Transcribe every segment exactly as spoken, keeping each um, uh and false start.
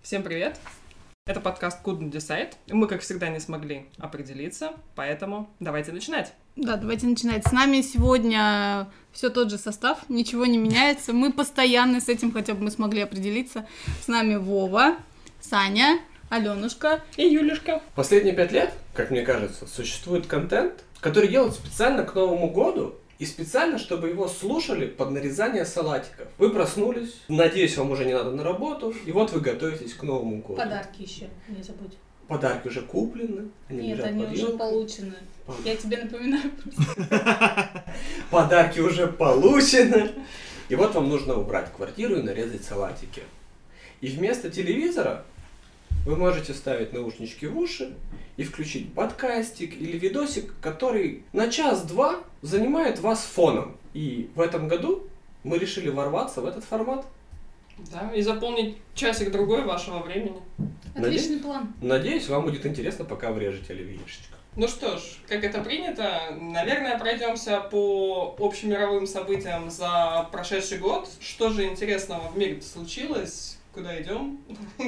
Всем привет! Это подкаст Couldn't Decide. Мы, как всегда, не смогли определиться, поэтому давайте начинать. Да, давайте начинать. С нами сегодня все тот же состав, ничего не меняется. Мы постоянно с этим, хотя бы мы смогли определиться. С нами Вова, Саня, Алёнушка и Юлюшка. Последние пять лет, как мне кажется, существует контент, который делают специально к Новому году, и специально, чтобы его слушали под нарезание салатиков. Вы проснулись, надеюсь, вам уже не надо на работу, и вот вы готовитесь к Новому году. Подарки еще, не забудь. Подарки уже куплены. Они Нет, они уже елкой. Получены. Пон... Я тебе напоминаю просто. Подарки уже получены. И вот вам нужно убрать квартиру и нарезать салатики. И вместо телевизора вы можете ставить наушнички в уши и включить подкастик или видосик, который на час-два занимает вас фоном. И в этом году мы решили ворваться в этот формат. Да, и заполнить часик-другой вашего времени. Отличный план. Надеюсь, вам будет интересно, пока вы режете оливьешечко. Ну что ж, как это принято, наверное, пройдемся по общемировым событиям за прошедший год. Что же интересного в мире случилось? Куда идем?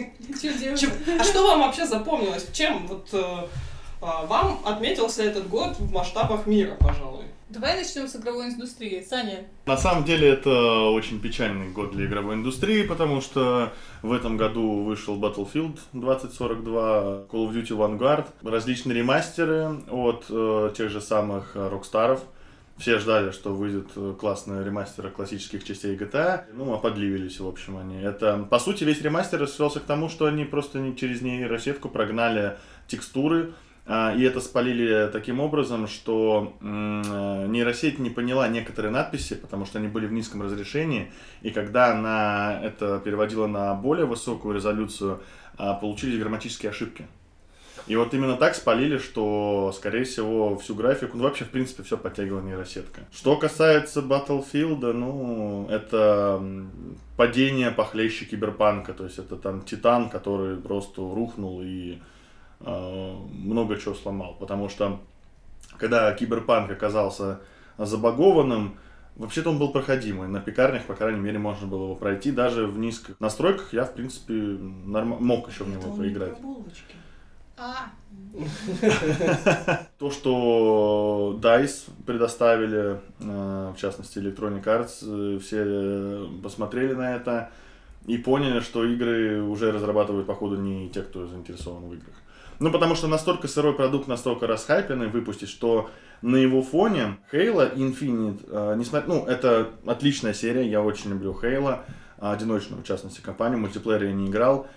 А что вам вообще запомнилось? Чем вот э, вам отметился этот год в масштабах мира, пожалуй? Давай начнем с игровой индустрии. Саня. На самом деле это очень печальный год для игровой индустрии, потому что в этом году вышел Battlefield двадцать сорок два, Call of Duty Vanguard, различные ремастеры от э, тех же самых Rockstar'ов. Все ждали, что выйдет классный ремастер классических частей джи ти эй, ну, а подливились, в общем, они. Это, по сути, весь ремастер свелся к тому, что они просто не через нейросетку прогнали текстуры, и это спалили таким образом, что нейросеть не поняла некоторые надписи, потому что они были в низком разрешении, и когда она это переводила на более высокую резолюцию, получились грамматические ошибки. И вот именно так спалили, что, скорее всего, всю графику, ну вообще, в принципе, все подтягивала нейросетка. Что касается Battlefield, ну, это падение похлеще Киберпанка, то есть это там Титан, который просто рухнул и э, много чего сломал, потому что когда Киберпанк оказался забагованным, вообще-то он был проходимый, на пекарнях, по крайней мере, можно было его пройти, даже в низких настройках я, в принципе, норм... мог еще в него поиграть. А. То, что дайс предоставили, в частности Electronic Arts, все посмотрели на это и поняли, что игры уже разрабатывают, походу, не те, кто заинтересован в играх. Ну, потому что настолько сырой продукт, настолько расхайпенный выпустить, что на его фоне Halo Infinite, несмотря, ну, это отличная серия, я очень люблю Halo, одиночную, в частности, компанию, мультиплеер я не играл,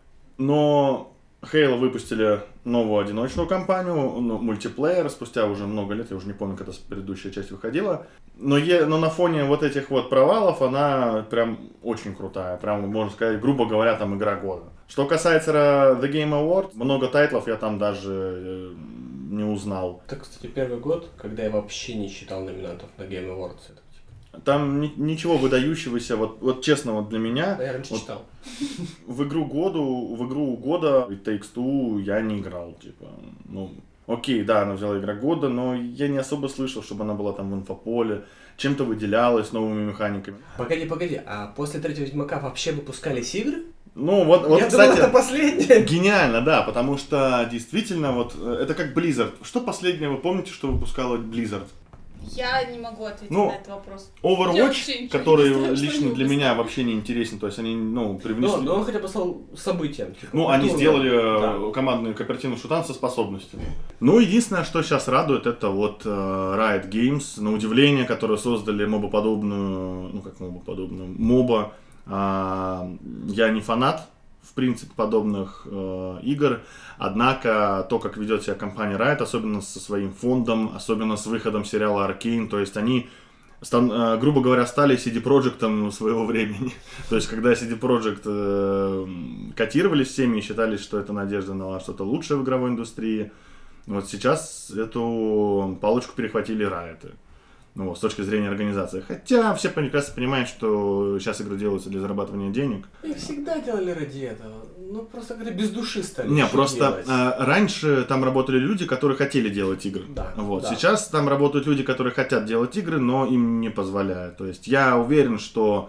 но Halo выпустили новую одиночную кампанию, ну, мультиплеер, спустя уже много лет, я уже не помню, когда предыдущая часть выходила. Но, е, но на фоне вот этих вот провалов она прям очень крутая, прям, можно сказать, грубо говоря, там игра года. Что касается The Game Awards, много тайтлов я там даже не узнал. Это, кстати, первый год, когда я вообще не читал номинантов на Game Awards. Там ни, ничего выдающегося, вот, вот честно, вот для меня. Я раньше вот, читал. В игру году, в игру года It Takes Two я не играл, типа, ну, окей, да, она взяла игра года, но я не особо слышал, чтобы она была там в инфополе, чем-то выделялась новыми механиками. Погоди, погоди, а после третьего Ведьмака вообще выпускались игры? Ну, вот, вот я кстати, думал, это последнее. Гениально, да, потому что действительно, вот, это как Blizzard. Что последнее, вы помните, что выпускала Blizzard? Я не могу ответить ну, на этот вопрос. Overwatch, который знаю, лично для меня вообще не интересен, то есть они, ну, привнесли... Но, но он хотя бы стал событием. Типа, ну, они сделали да. командный кооперативный шутан со способностями. Ну, единственное, что сейчас радует, это вот uh, Riot Games, на удивление, которые создали мобоподобную, ну, как мобоподобную, моба. Uh, я не фанат, в принципе, подобных э, игр, однако то, как ведет себя компания Riot, особенно со своим фондом, особенно с выходом сериала Arcane, то есть они, стан, э, грубо говоря, стали си ди Projekt'ом своего времени. То есть, когда си ди Projekt э, котировались всеми и считали, что это надежда на что-то лучшее в игровой индустрии, вот сейчас эту палочку перехватили Riot. Ну, с точки зрения организации. Хотя все прекрасно понимают, что сейчас игры делаются для зарабатывания денег. Их всегда делали ради этого. Ну, просто как-то без души стали. Не, просто а, раньше там работали люди, которые хотели делать игры. Да, вот. да. Сейчас там работают люди, которые хотят делать игры, но им не позволяют. То есть я уверен, что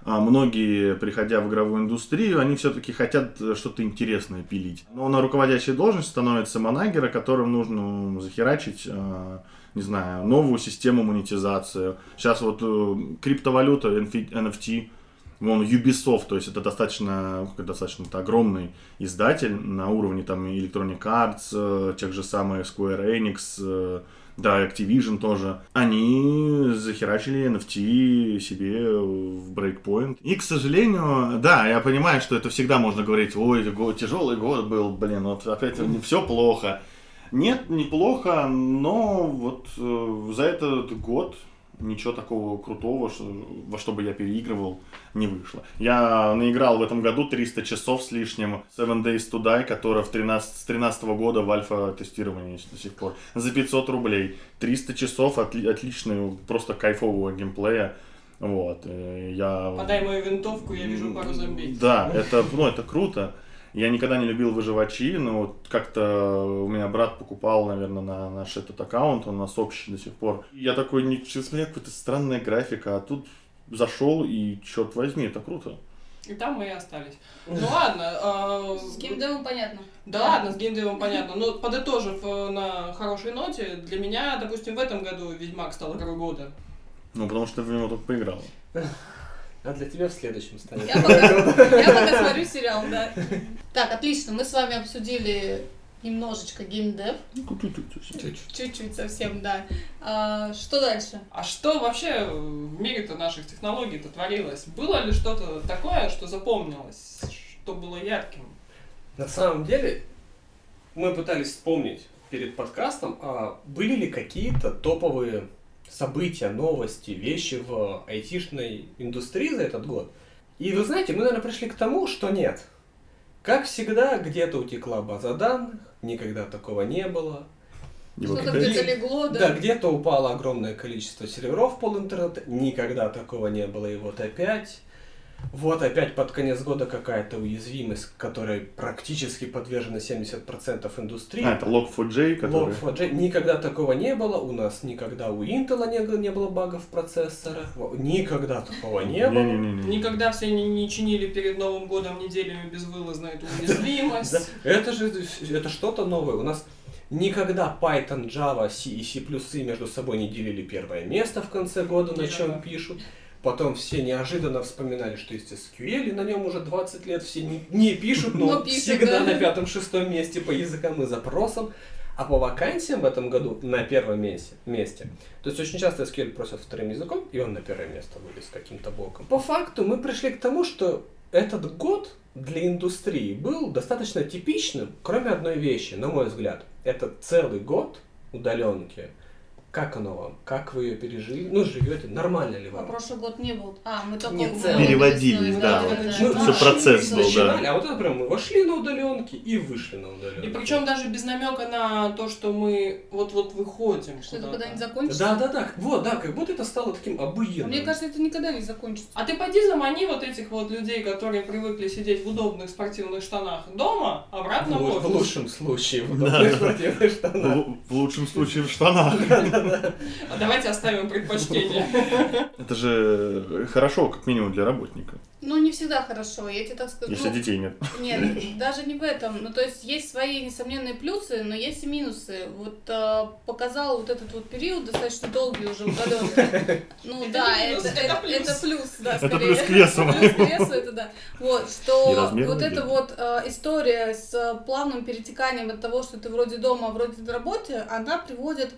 а многие, приходя в игровую индустрию, они все-таки хотят что-то интересное пилить. Но на руководящей должности становятся манагеры, которым нужно захерачить, не знаю, новую систему монетизации. Сейчас вот криптовалюта, эн эф ти, вон Ubisoft, то есть это достаточно, достаточно это огромный издатель на уровне там Electronic Arts, тех же самых Square Enix, да, Activision тоже. Они захерачили эн эф ти себе в Breakpoint. И, к сожалению, да, я понимаю, что это всегда можно говорить, ой, год, тяжелый год был, блин, вот опять не все плохо. Нет, неплохо, но вот э, за этот год ничего такого крутого, что, во что бы я переигрывал, не вышло. Я наиграл в этом году триста часов с лишним Seven Days to Die, которая в тринадцать, с тринадцатого года в альфа-тестировании до сих пор. За пятьсот рублей. триста часов отли, отличного, просто кайфового геймплея. Вот. Я... Подай мою винтовку, я вижу пару зомби. Да, это, ну, это круто. Я никогда не любил выживачи, но вот как-то у меня брат покупал, наверное, на наш этот аккаунт, он у нас общий до сих пор. Я такой, не смотрел, какая-то странная графика, а тут зашел и, черт возьми, это круто. И там мы и остались. Ну ладно. С геймдевом понятно. Да ладно, с геймдевом понятно. Но подытожив на хорошей ноте, для меня, допустим, в этом году Ведьмак стал игрой года. Ну, потому что ты в него только поиграл. А для тебя в следующем станет. Я пока, я пока смотрю сериал, да. Так, отлично, мы с вами обсудили немножечко геймдев. Чуть-чуть совсем, да. А, что дальше? А что вообще в мире-то наших технологий-то творилось? Было ли что-то такое, что запомнилось, что было ярким? На самом деле, мы пытались вспомнить перед подкастом, а были ли какие-то топовые события, новости, вещи в айтишной индустрии за этот год. И вы знаете, мы, наверное, пришли к тому, что нет. Как всегда, где-то утекла база данных, никогда такого не было. Что-то где-то легло, да? Да, где-то упало огромное количество серверов пол интернета, никогда такого не было, и вот опять. Вот опять под конец года какая-то уязвимость, которой практически подвержена семьдесят процентов индустрии. А, это лог фор джей, который... лог фор джей. Никогда такого не было. У нас никогда у Intel не, не было багов в процессорах. Никогда такого не было. Не-не-не. Никогда все не, не чинили перед Новым годом неделями безвылазно эту уязвимость. Это же это что-то новое. У нас никогда Python, Java, C и C++ между собой не делили первое место в конце года, на чем пишут. Потом все неожиданно вспоминали, что есть эс кью эль, и на нем уже двадцать лет все не, не пишут, но, но пишут, всегда да. На пятом-шестом месте по языкам и запросам. А по вакансиям в этом году на первом месте. месте. То есть очень часто эс кью эль просят вторым языком, и он на первое место вылез каким-то боком. По факту мы пришли к тому, что этот год для индустрии был достаточно типичным, кроме одной вещи, на мой взгляд. Это целый год удаленки. Как оно вам? Как вы ее пережили? Ну, живете? Нормально ли вам? А прошлый год не был. А, мы только не переводили, да. да, да, да. Ну, все процесс был, начинали, да. А вот это прям мы вошли на удаленки и вышли на удаленки. И причем даже без намека на то, что мы вот-вот выходим. Что куда-то. это когда-нибудь закончится? Да, да, да. Вот, да, как будто это стало таким обыденным. А мне кажется, это никогда не закончится. А ты пойди замани вот этих вот людей, которые привыкли сидеть в удобных спортивных штанах дома, обратно в, в, офис. в лучшем случае в удобных спортивных штанах. В, в лучшем случае в штанах. А давайте оставим предпочтение. Это же хорошо, как минимум, для работника. Ну, не всегда хорошо, я тебе так скажу. Если ну, детей нет. Нет, даже не в этом. Ну, то есть, есть свои несомненные плюсы, но есть и минусы. Вот э, показал вот этот вот период, достаточно долгий уже удаленный. Ну, это да, минус, это, это, это, плюс. это плюс, да, Это скорее. плюс к весу. Плюс к весу, это да. Вот, что И вот эта денег. вот э, история с плавным перетеканием от того, что ты вроде дома, а вроде на работе, она приводит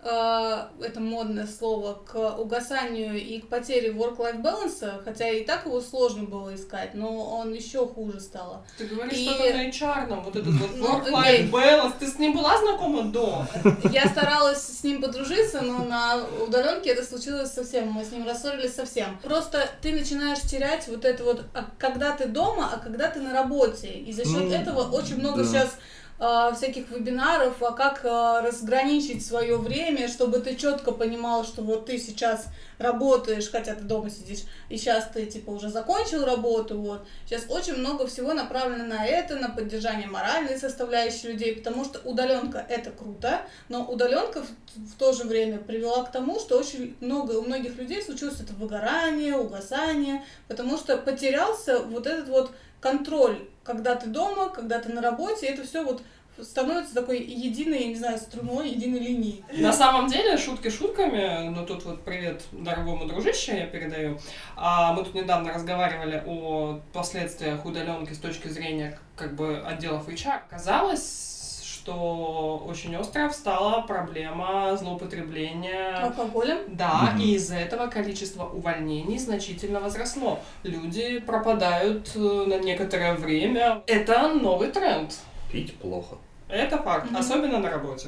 это модное слово, к угасанию и к потере work-life balance, хотя и так его сложно было искать, но он еще хуже стало. Ты говоришь и... что-то на эйч ар-ном, вот этот вот ну, work-life balance. Ты с ним была знакома до? Я старалась с ним подружиться, но на удаленке это случилось совсем, мы с ним рассорились совсем. Просто ты начинаешь терять вот это вот, когда ты дома, а когда ты на работе, и за счет ну, этого очень много да. сейчас э, всяких вебинаров, а как э, разграничить свое время, чтобы ты четко понимал, что вот ты сейчас работаешь, хотя ты дома сидишь, и сейчас ты типа уже закончил работу, вот. Сейчас очень много всего направлено на это, на поддержание моральной составляющей людей, потому что удаленка это круто, но удаленка в, в то же время привела к тому, что очень много у многих людей случилось это выгорание, угасание, потому что потерялся вот этот вот контроль, когда ты дома, когда ты на работе, это все вот становится такой единой, я не знаю, струной, единой линией. На самом деле, шутки шутками, но тут вот привет дорогому дружище я передаю. А мы тут недавно разговаривали о последствиях удаленки с точки зрения как бы отделов эйч ар. Оказалось, что очень остро встала проблема злоупотребления алкоголем. Да, Mm-hmm. и из-за этого количество увольнений значительно возросло. Люди пропадают на некоторое время. Это новый тренд. Пить плохо. Это факт, Мгм. особенно на работе.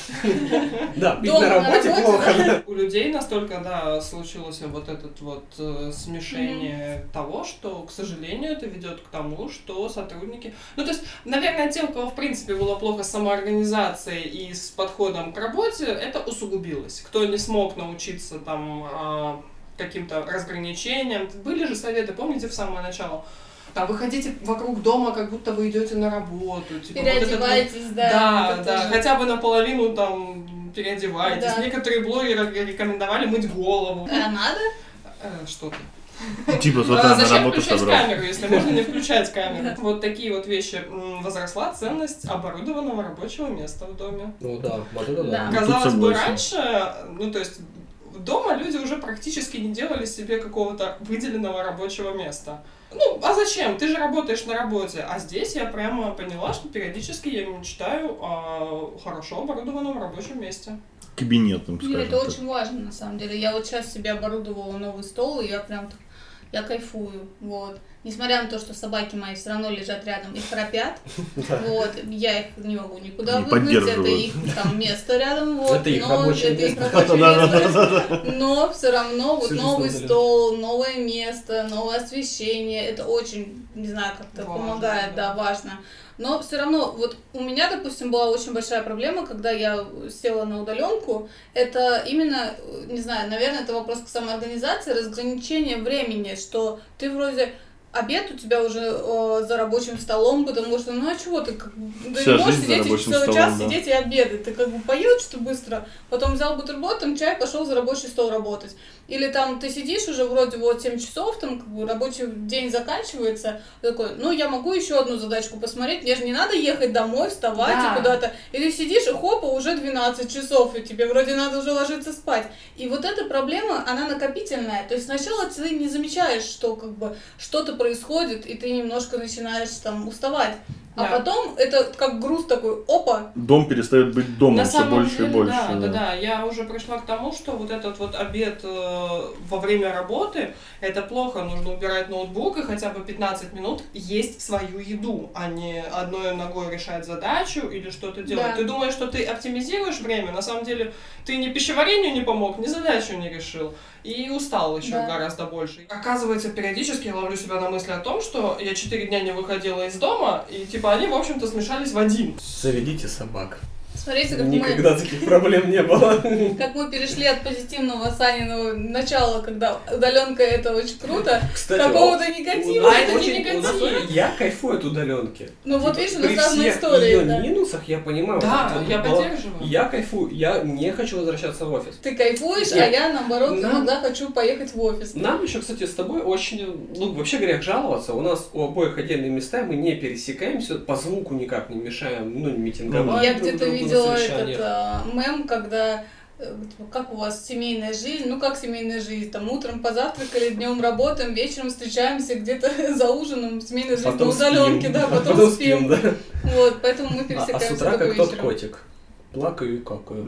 Да, пить Дома на на работе работе, плохо. да. У людей настолько, да, случилось вот это вот э, смешение того, что, к сожалению, это ведет к тому, что сотрудники... Ну, то есть, наверное, те, у кого, в принципе, было плохо с самоорганизацией и с подходом к работе, это усугубилось. Кто не смог научиться там э, каким-то разграничениям. Были же советы, помните, в самое начало? Там, вы ходите вокруг дома, как будто вы идете на работу. Типа, Переодеваетесь, вот вот, да. Да, это да, тоже. хотя бы наполовину там переодевайтесь. Да. Некоторые блогеры рекомендовали мыть голову. А надо? Э, что ты? Типа, вот А, я на зачем работу включать собрал. камеру, если можно не включать камеру? Вот такие вот вещи. М, Возросла ценность оборудованного рабочего места в доме. Ну да, вот это Да. да. Тут Казалось бы, согласен. раньше, ну то есть дома люди уже практически не делали себе какого-то выделенного рабочего места. Ну, а зачем? Ты же работаешь на работе. А здесь я прямо поняла, что периодически я мечтаю о хорошо оборудованном рабочем месте. Кабинетным, Нет, скажем это так. очень важно, на самом деле. Я вот сейчас себе оборудовала новый стол, и я прям так, я кайфую, вот. Несмотря на то, что собаки мои все равно лежат рядом и храпят, вот, я их не могу никуда Не выгнать, это поддерживаю. их там место рядом, вот, Это их но рабочее это их место. рабочее место. Да-да-да. Но все равно вот Всю жизнь новый удаленно. стол, новое место, новое освещение, это очень, не знаю, как-то Важно, помогает, да. да, важно. Но все равно, вот у меня, допустим, была очень большая проблема, когда я села на удаленку. Это именно, не знаю, наверное, это вопрос к самоорганизации, разграничение времени, что ты вроде обед у тебя уже э, за рабочим столом, потому что, ну а чего ты, как, бы, ты Вся не можешь жизнь за сидеть и рабочим целый столом, час да. сидеть и обедать, ты как бы поел что-то быстро, потом взял бутерброд, там чай, пошел за рабочий стол работать. Или там ты сидишь уже вроде вот семь часов, там как бы рабочий день заканчивается, такой, ну я могу еще одну задачку посмотреть, мне же не надо ехать домой, вставать Да. и куда-то. И ты сидишь, и хопа, уже двенадцать часов, и тебе вроде надо уже ложиться спать. И вот эта проблема, она накопительная. То есть сначала ты не замечаешь, что как бы что-то происходит, и ты немножко начинаешь там уставать. А Да. потом это как груз такой, опа, Дом перестает быть домом На все самом больше деле, и больше. да, да, да. Я уже пришла к тому, что вот этот вот обед э, во время работы, это плохо. Нужно убирать ноутбук и хотя бы пятнадцать минут есть свою еду, а не одной ногой решать задачу или что-то делать. Да. Ты думаешь, что ты оптимизируешь время, на самом деле ты ни пищеварению не помог, ни задачу не решил. И устал еще Да. гораздо больше. Оказывается, периодически я ловлю себя на мысли о том, что я четыре дня не выходила из дома, и типа они, в общем-то, смешались в один. Заведите собак. смотрите, как мы... Никогда таких проблем не было. Как мы перешли от позитивного Саниного начала, когда удаленка это очень круто, к Кстати, какому-то у негатива. нас А это не очень- у нас негатив. очень- Я кайфую от удаленки. Ну вот Типа, видишь, у нас при разные всех истории. её Да. минусах я понимаю. Да, вот я это было- поддерживаю. Я кайфую, я не хочу возвращаться в офис. Ты кайфуешь, Нет. а я наоборот Нам- иногда хочу поехать в офис. Нам еще, кстати, с тобой очень, ну, вообще грех жаловаться. У нас у обоих отдельные места, мы не пересекаемся, по звуку никак не мешаем, ну, не митинговать. Я друг где-то другу на видела совещаниях. этот а, мем, когда э, как у вас семейная жизнь, ну как семейная жизнь, там утром позавтракали, днем работаем, вечером встречаемся где-то за ужином, семейная жизнь Потом на удаленке, спим. да, потом, Потом спим. спим, да. Вот, поэтому мы А, а пересекаемся с утра только как тот вечером. котик. Плакаю и какаю.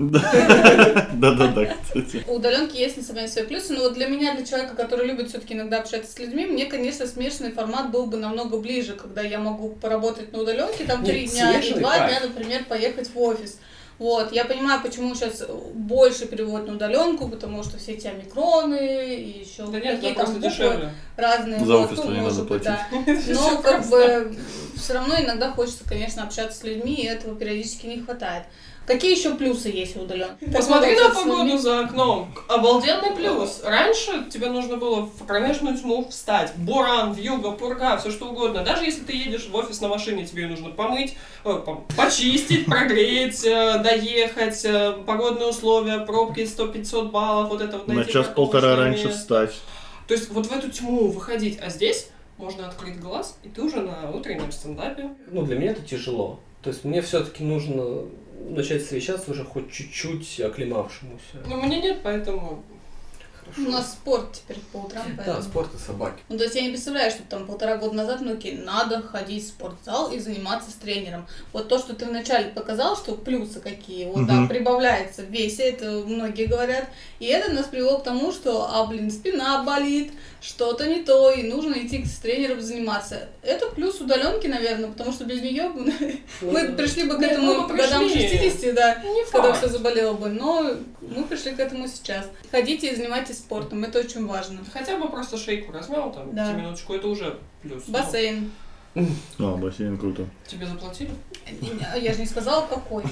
Да-да-да, кстати. У удаленки есть, несомненно, свои плюсы, но вот для меня, для человека, который любит все-таки иногда общаться с людьми, мне, конечно, смешанный формат был бы намного ближе, когда я могу поработать на удаленке там три Нет, дня и смешанный два кайф. дня, например, поехать в офис. Вот, я понимаю, почему сейчас больше переводят на удаленку, потому что все эти омикроны и еще Да нет, какие это там просто буквы дешевле. разные. За вот, офис ну, не надо может быть, платить. да. Но как бы все равно иногда хочется, конечно, общаться с людьми, и этого периодически не хватает. Какие еще плюсы есть у удаленки? Посмотри на погоду за окном. Обалденный плюс. Раньше тебе нужно было в кромешную тьму встать. Буран, вьюга, пурга, все что угодно. Даже если ты едешь в офис на машине, тебе нужно помыть, почистить, прогреть, доехать, погодные условия, пробки сто-пятьсот баллов, вот это вот найти. На час-полтора раньше встать. То есть вот в эту тьму выходить, а здесь можно открыть глаз, и ты уже на утреннем стендапе. Ну, для меня это тяжело. То есть мне все-таки нужно начать встречаться уже хоть чуть-чуть оклемавшемуся. Ну, мне нет, поэтому... Хорошо. У нас спорт теперь по утрам, поэтому... Да, спорт и собаки. Ну, то есть я не представляю, что там полтора года назад, ну окей, надо ходить в спортзал и заниматься с тренером. Вот то, что ты вначале показал, что плюсы какие, вот, да, прибавляется в весе, это многие говорят. И это нас привело к тому, что, а, блин, спина болит, что-то не то, и нужно идти с тренером заниматься. Это плюс удаленки, наверное, потому что без нее мы пришли бы к этому к годам шестидесяти, да, когда все заболело бы, но мы пришли к этому сейчас. Ходите и занимайтесь спортом, это очень важно. Хотя бы просто шейку размял, там, да. минуточку, это уже плюс. Бассейн. А, бассейн круто. Тебе заплатили? Я же не сказала, какой.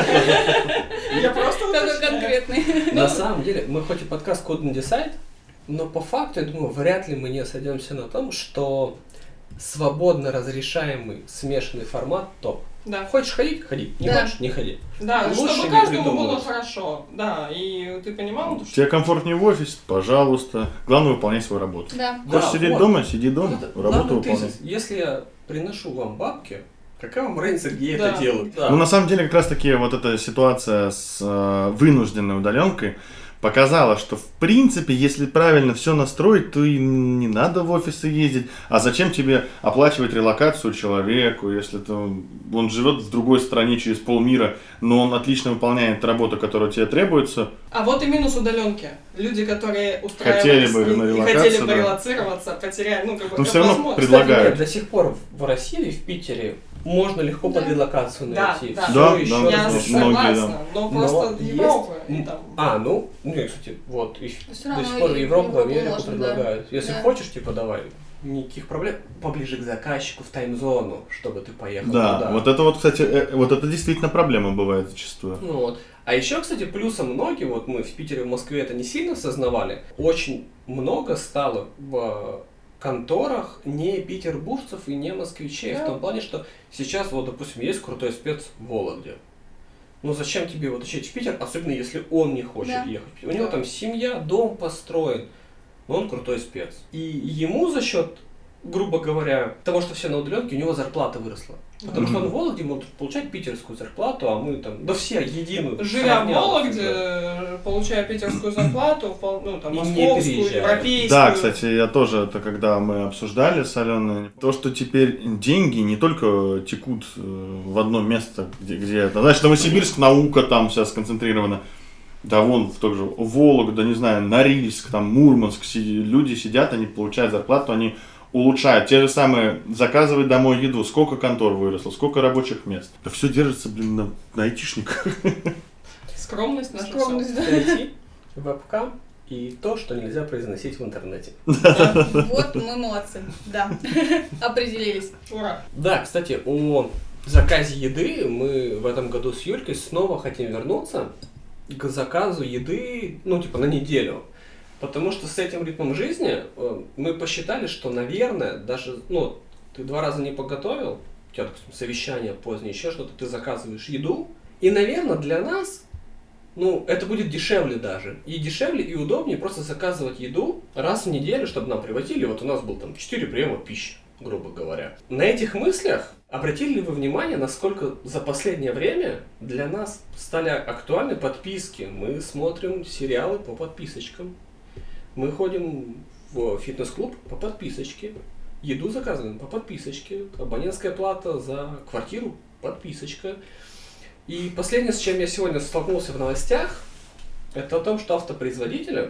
Я просто такой конкретный. На самом деле, мы хоть и подкаст Code and Decide, но по факту, я думаю, вряд ли мы не сойдемся на том, что свободно разрешаемый смешанный формат топ. Да. Хочешь ходить? Ходи. Не да. хочешь? Не ходи. Да, лучше чтобы каждому было хорошо. Да, и ты понимал, что... Тебе комфортнее в офисе? Пожалуйста. Главное, выполняй свою работу. Да. Хочешь да, сидеть вот. дома? Сиди дома. Вот, работу выполняй. Если я приношу вам бабки, какая вам разница, где да. я это делаю? Да. Ну, на самом деле, как раз таки вот эта ситуация с э, вынужденной удаленкой показала, что в принципе, если правильно все настроить, то и не надо в офисы ездить. А зачем тебе оплачивать релокацию человеку, если ты, он живет в другой стране через полмира, но он отлично выполняет работу, которая тебе требуется? А вот и минус удаленки. Люди, которые устраивались хотели бы и, на и релокацию, хотели да. бы релацироваться, потеряли, ну, как бы, но все равно возможность. предлагают. Кстати, нет, до сих пор в России, в Питере можно легко да. под релокацию да, найти. да, Всё да, еще да, я да, согласна, многие, да. но просто Но Европа есть... и там... А, ну, ну, и, кстати, вот, и Всё до равно сих пор в и Европу, в Европу Америку можно, предлагают. да. Если Да. хочешь, типа, давай, никаких проблем, поближе к заказчику, в тайм-зону, чтобы ты поехал Да, туда. вот это вот, кстати, э, вот это действительно проблема бывает зачастую. Ну вот. А еще, кстати, плюсом многие, вот мы в Питере, в Москве это не сильно осознавали, очень много стало в конторах не петербуржцев и не москвичей, Да. в том плане, что сейчас, вот, допустим, есть крутой спец в Вологде. Ну зачем тебе вот ехать в Питер, особенно если он не хочет Да. ехать. У него Да. там семья, дом построен, но он крутой спец. И ему за счет, грубо говоря, того, что все на удаленке, у него зарплата выросла. Потому что он в Вологде может получать питерскую зарплату, а мы там, да все единую. Живя в сравнялось Вологде, уже. получая питерскую зарплату, ну, там, И не московскую, переезжая. европейскую. Да, кстати, я тоже, это когда мы обсуждали с Аленой, то, что теперь деньги не только текут э, в одно место, где, где это, знаешь, Новосибирск, наука там вся сконцентрирована, да вон, в тот же Вологда, не знаю, Норильск, там, Мурманск, сиди, люди сидят, они получают зарплату, они улучшают. Те же самые, заказывать домой еду, сколько контор выросло, сколько рабочих мест. Да все держится, блин, на, на айтишниках. Скромность наша. Скромность, да. Найти вебкам и то, что нельзя произносить в интернете. Да. Вот мы молодцы, да, определились. Ура. Да, кстати, о заказе еды мы в этом году с Юлькой снова хотим вернуться к заказу еды, ну, типа, на неделю. Потому что с этим ритмом жизни э, мы посчитали, что, наверное, даже, ну, ты два раза не подготовил, у тебя, допустим, совещание позднее, еще что-то, ты заказываешь еду, и, наверное, для нас, ну, это будет дешевле даже. И дешевле, и удобнее просто заказывать еду раз в неделю, чтобы нам привозили. Вот у нас был там четыре приема пищи, грубо говоря. На этих мыслях обратили ли вы внимание, насколько за последнее время для нас стали актуальны подписки? Мы смотрим сериалы по подписочкам. Мы ходим в фитнес-клуб по подписочке, еду заказываем по подписочке, абонентская плата за квартиру, подписочка. И последнее, с чем я сегодня столкнулся в новостях, это о том, что автопроизводители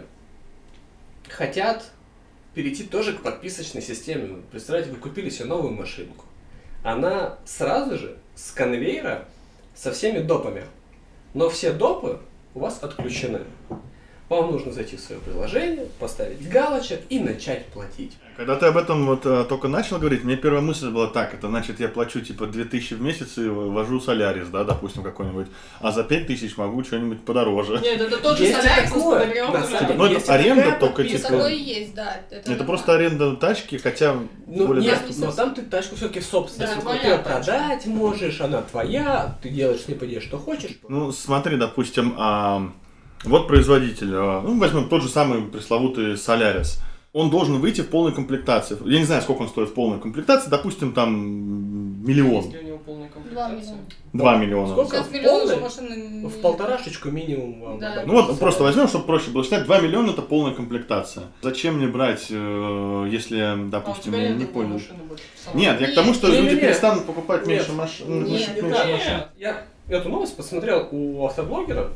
хотят перейти тоже к подписочной системе. Представляете, вы купили себе новую машинку. Она сразу же с конвейера со всеми допами. Но все допы у вас отключены. Вам нужно зайти в свое приложение, поставить галочек и начать платить. Когда ты об этом вот а, только начал говорить, мне первая мысль была так, это значит я плачу типа две тысячи в месяц и вожу Солярис, да, допустим, какой-нибудь, а за пять тысяч могу что-нибудь подороже. Нет, это тот же Есть Солярис, такое. но Да, с кстати, Ну, это есть аренда такая только, подписка. типа- Такое и есть, да. Это, Это просто аренда тачки, хотя Ну, более нет, даже- но там ты тачку все-таки в собственности. Да, Ты твоя ее продать можешь, она твоя, ты делаешь с ней по идее что хочешь. Ну, смотри, допустим, а, вот производитель, а, ну, возьмем тот же самый пресловутый Solaris. Он должен выйти в полной комплектации. Я не знаю, сколько он стоит в полной комплектации, допустим, там миллион, Есть ли у него полная Два комплектация? миллиона. два миллиона. Сколько? Сейчас миллион уже Полный? машины... В полторашечку минимум вам. Да. добавить. Ну вот просто возьмем, чтобы проще было считать, два миллиона это полная комплектация. Зачем мне брать, э, если, А у допустим, тебя я нет не другой понял. машины больше в салоне? Нет, я к тому, что Не-не-не. люди перестанут покупать Нет. меньше машин. Нет. Не меньше так. машин. Я эту новость посмотрел у автоблогера.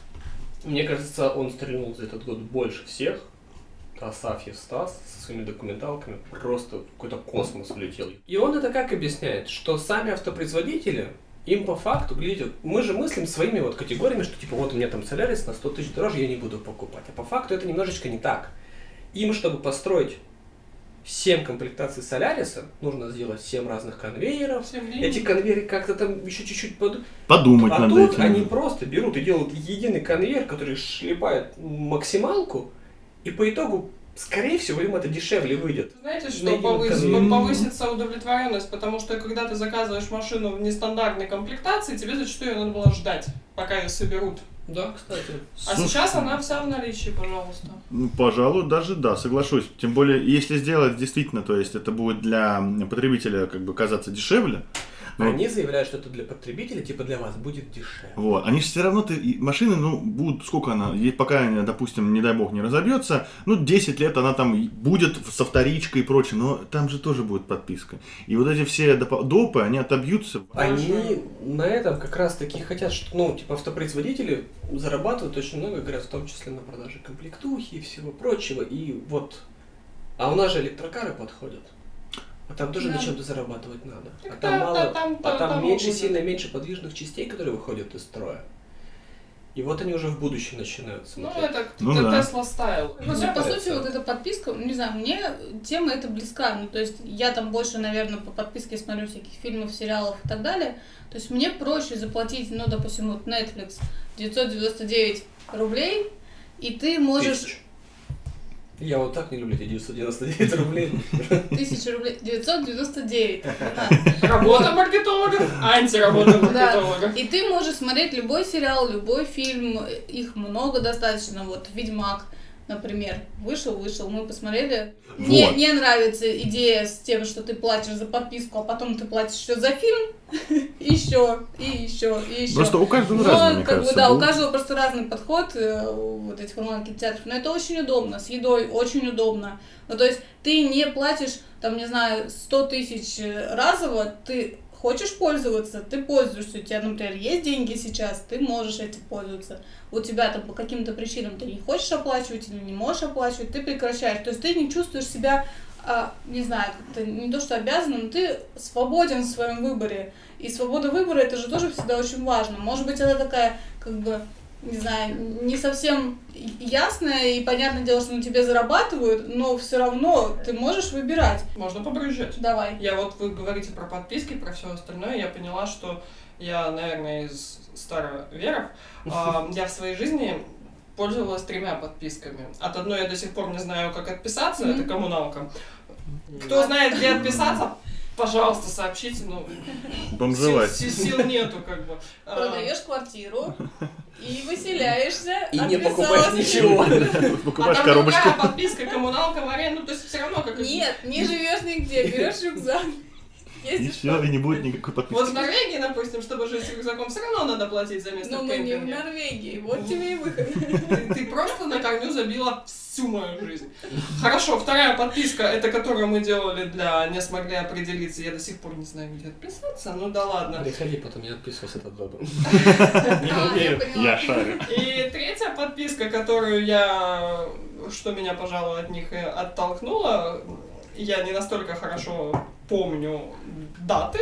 Мне кажется, он стрельнул за этот год больше всех. Асафьев Стас со своими документалками. Просто какой-то космос влетел. И он это как объясняет? Что сами автопроизводители, им по факту глядят. Мы же мыслим своими вот категориями, что типа вот у меня там Солярис на сто тысяч дороже, я не буду покупать. А по факту это немножечко не так. Им, чтобы построить семь комплектаций Соляриса, нужно сделать семь разных конвейеров. Всем линий. Эти конвейеры как-то там еще чуть-чуть под... Подумать А над тут этим. они просто берут и делают единый конвейер, который шлепает максималку, и по итогу, скорее всего, им это дешевле выйдет. Знаете, что Найди повыс- конвейер. повысится удовлетворенность, потому что когда ты заказываешь машину в нестандартной комплектации, тебе зачастую ее надо было ждать, пока ее соберут. Да, кстати. А Слушай, сейчас она вся в наличии, пожалуйста. Ну, пожалуй, даже да, соглашусь. Тем более, если сделать действительно, то есть это будет для потребителя как бы казаться дешевле. но- Они заявляют, что это для потребителя, типа для вас будет дешевле. Вот. Они же все равно, ты, и машины, ну, будут, сколько она, ей пока, допустим, не дай бог, не разобьется, ну, десять лет она там и будет со вторичкой и прочее, но там же тоже будет подписка. И вот эти все доп- допы, они отобьются. Они на этом как раз таки хотят, что, ну, типа автопроизводители зарабатывают очень много, говорят, в том числе на продаже комплектухи и всего прочего. И вот, а у нас же электрокары подходят. А там тоже Да. на чем-то зарабатывать надо. Так А там да, мало, да, там- а там- там там меньше, будет. сильно меньше подвижных частей, которые выходят из строя. И вот они уже в будущем начинают Ну, смотреть. это Ну это да. Tesla стайл. Ну, Мне по нравится. сути, вот эта подписка, не знаю, мне тема эта близка. Ну, то есть я там больше, наверное, по подписке смотрю всяких фильмов, сериалов и так далее. То есть мне проще заплатить, ну, допустим, вот Netflix девятьсот девяносто девять рублей, и ты можешь... Тысяч. Я вот так не люблю эти девятьсот девяносто девять рублей. Тысячу рублей. девятьсот девяносто девять. Да. Работа маркетологов, антиработа маркетологов. И ты можешь смотреть любой сериал, любой фильм, их много достаточно. Вот «Ведьмак», например, вышел, вышел, мы посмотрели. Мне Вот. не нравится идея с тем, что ты платишь за подписку, а потом ты платишь еще за фильм, еще, и еще, и еще. Просто у каждого Но, разный, мне как кажется. бы, да, у будет. каждого просто разный подход э, у вот этих онлайн-кинотеатров. Но это очень удобно, с едой очень удобно. Ну, то есть ты не платишь, там, не знаю, сто тысяч разово, ты хочешь пользоваться, ты пользуешься. У тебя, например, есть деньги сейчас, ты можешь этим пользоваться. У тебя там по каким-то причинам ты не хочешь оплачивать или не можешь оплачивать, ты прекращаешь. То есть ты не чувствуешь себя, а, не знаю, как-то не то что обязанным, ты свободен в своем выборе. И свобода выбора, это же тоже всегда очень важно. Может быть, это такая, как бы, не знаю, не совсем ясная и понятное дело, что на тебе зарабатывают, но все равно ты можешь выбирать. Можно побрюзжать. Давай. Я вот, вы говорите про подписки, про все остальное, я поняла, что я, наверное, из староверов, а, я в своей жизни пользовалась тремя подписками. От одной я до сих пор не знаю, как отписаться, это коммуналка. Кто знает, где отписаться, пожалуйста, сообщите, ну, сил, Бомжевать. сил- сил нету, как бы. А, Продаешь квартиру и выселяешься. И не отписалась. покупаешь ничего. А Покупаешь там коробочку. другая подписка, коммуналка в аренду, ну, то есть все равно как... Нет, не живешь нигде, берешь рюкзак. И Ездишь все, и не будет никакой Вот в подписки. Норвегии, допустим, чтобы жить с рюкзаком, все равно надо платить за место но в мы не в кемпинге. Норвегии, вот тебе и выход. Ты, ты просто на корню забила всю мою жизнь. Хорошо, вторая подписка, это которую мы делали для «Не смогли определиться». Я до сих пор не знаю, где отписаться, ну да ладно. Приходи потом, я отписываюсь от дома. А, Не я умею. поняла. Я шарю. И третья подписка, которую я, что меня, пожалуй, от них и оттолкнула, я не настолько хорошо помню даты.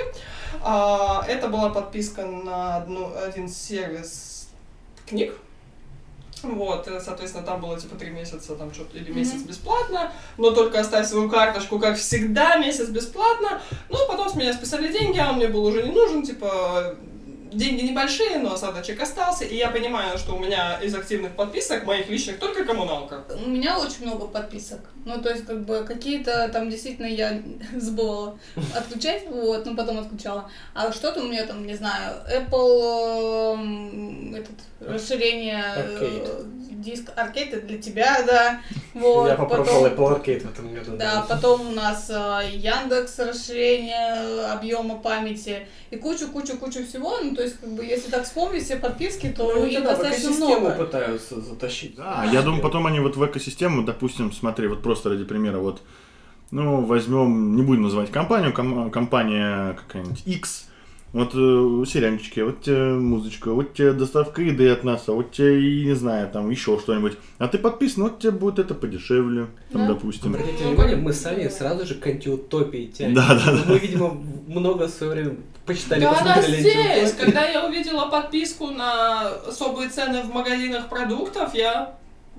А, это была подписка на одну, один сервис книг. Вот, соответственно, там было типа три месяца, там что-то, или месяц mm-hmm. бесплатно, но только оставь свою карточку, как всегда, месяц бесплатно. Ну, потом с меня списали деньги, а он мне был уже не нужен, типа, деньги небольшие, но осадочек остался, и я понимаю, что у меня из активных подписок, моих личных, только коммуналка. У меня очень много подписок, ну, то есть, как бы, какие-то там действительно я забывала отключать, вот, ну, потом отключала, а что-то у меня там, не знаю, Apple, э, этот, расширение, э, диск Arcade, это для тебя, да, вот. Я попробовал потом, Apple Arcade в этом году. Да, да, потом у нас э, Яндекс, расширение объема памяти, и кучу-кучу-кучу всего, ну, то есть, как бы, если так вспомнить все подписки, то ну, их да, достаточно много. много. Пытаются затащить. Да, я думаю, потом они вот в экосистему, допустим, смотри, вот просто ради примера, вот, ну, возьмем, не будем называть компанию, ком- компания какая-нибудь X, вот э, сериальчики, вот тебе музычка, вот тебе доставка еды от нас, а вот тебе, не знаю, там еще что-нибудь. А ты подписан, вот тебе будет это подешевле, там, да. допустим. Обратите внимание, мы сами сразу же к антиутопии тянем. Да, да, да. Мы, видимо, много в свое время почитали, Да, она посмотрели здесь. антиутопию. Когда я увидела подписку на особые цены в магазинах продуктов, я...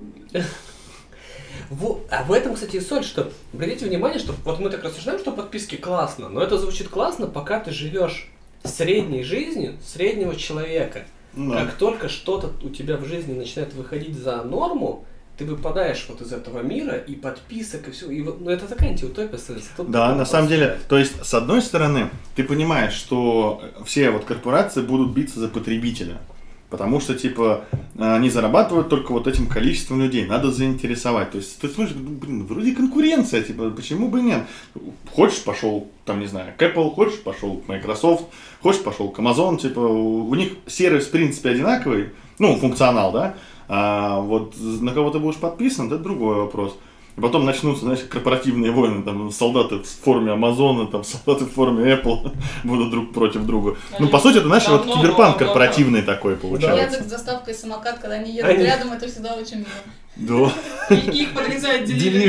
В, а в этом, кстати, и соль, что, обратите внимание, что вот мы так рассуждаем, что подписки классно, но это звучит классно, пока ты живешь средней жизнью среднего человека. Да. Как только что-то у тебя в жизни начинает выходить за норму, ты выпадаешь вот из этого мира, и подписок, и все. И вот, ну, это такая антиутопия. Да, на самом деле, то есть, с одной стороны, ты понимаешь, что все вот корпорации будут биться за потребителя. Потому что, типа, они зарабатывают только вот этим количеством людей. Надо заинтересовать. То есть, ты смотришь, блин, вроде конкуренция, типа, почему бы нет? Хочешь, пошел, там, не знаю, к Apple, хочешь, пошел к Microsoft, хочешь, пошел к Amazon, типа, у них сервис, в принципе, одинаковый, ну, функционал, да, а вот на кого ты будешь подписан, это другой вопрос. И потом начнутся, знаешь, корпоративные войны, там, солдаты в форме Амазона, там, солдаты в форме Apple будут друг против друга. Ну, по сути, это, знаешь, вот киберпанк корпоративный такой получается. Яндекс с доставкой самокат, когда они едут Они... рядом, это всегда очень мило. Да. И их подрезает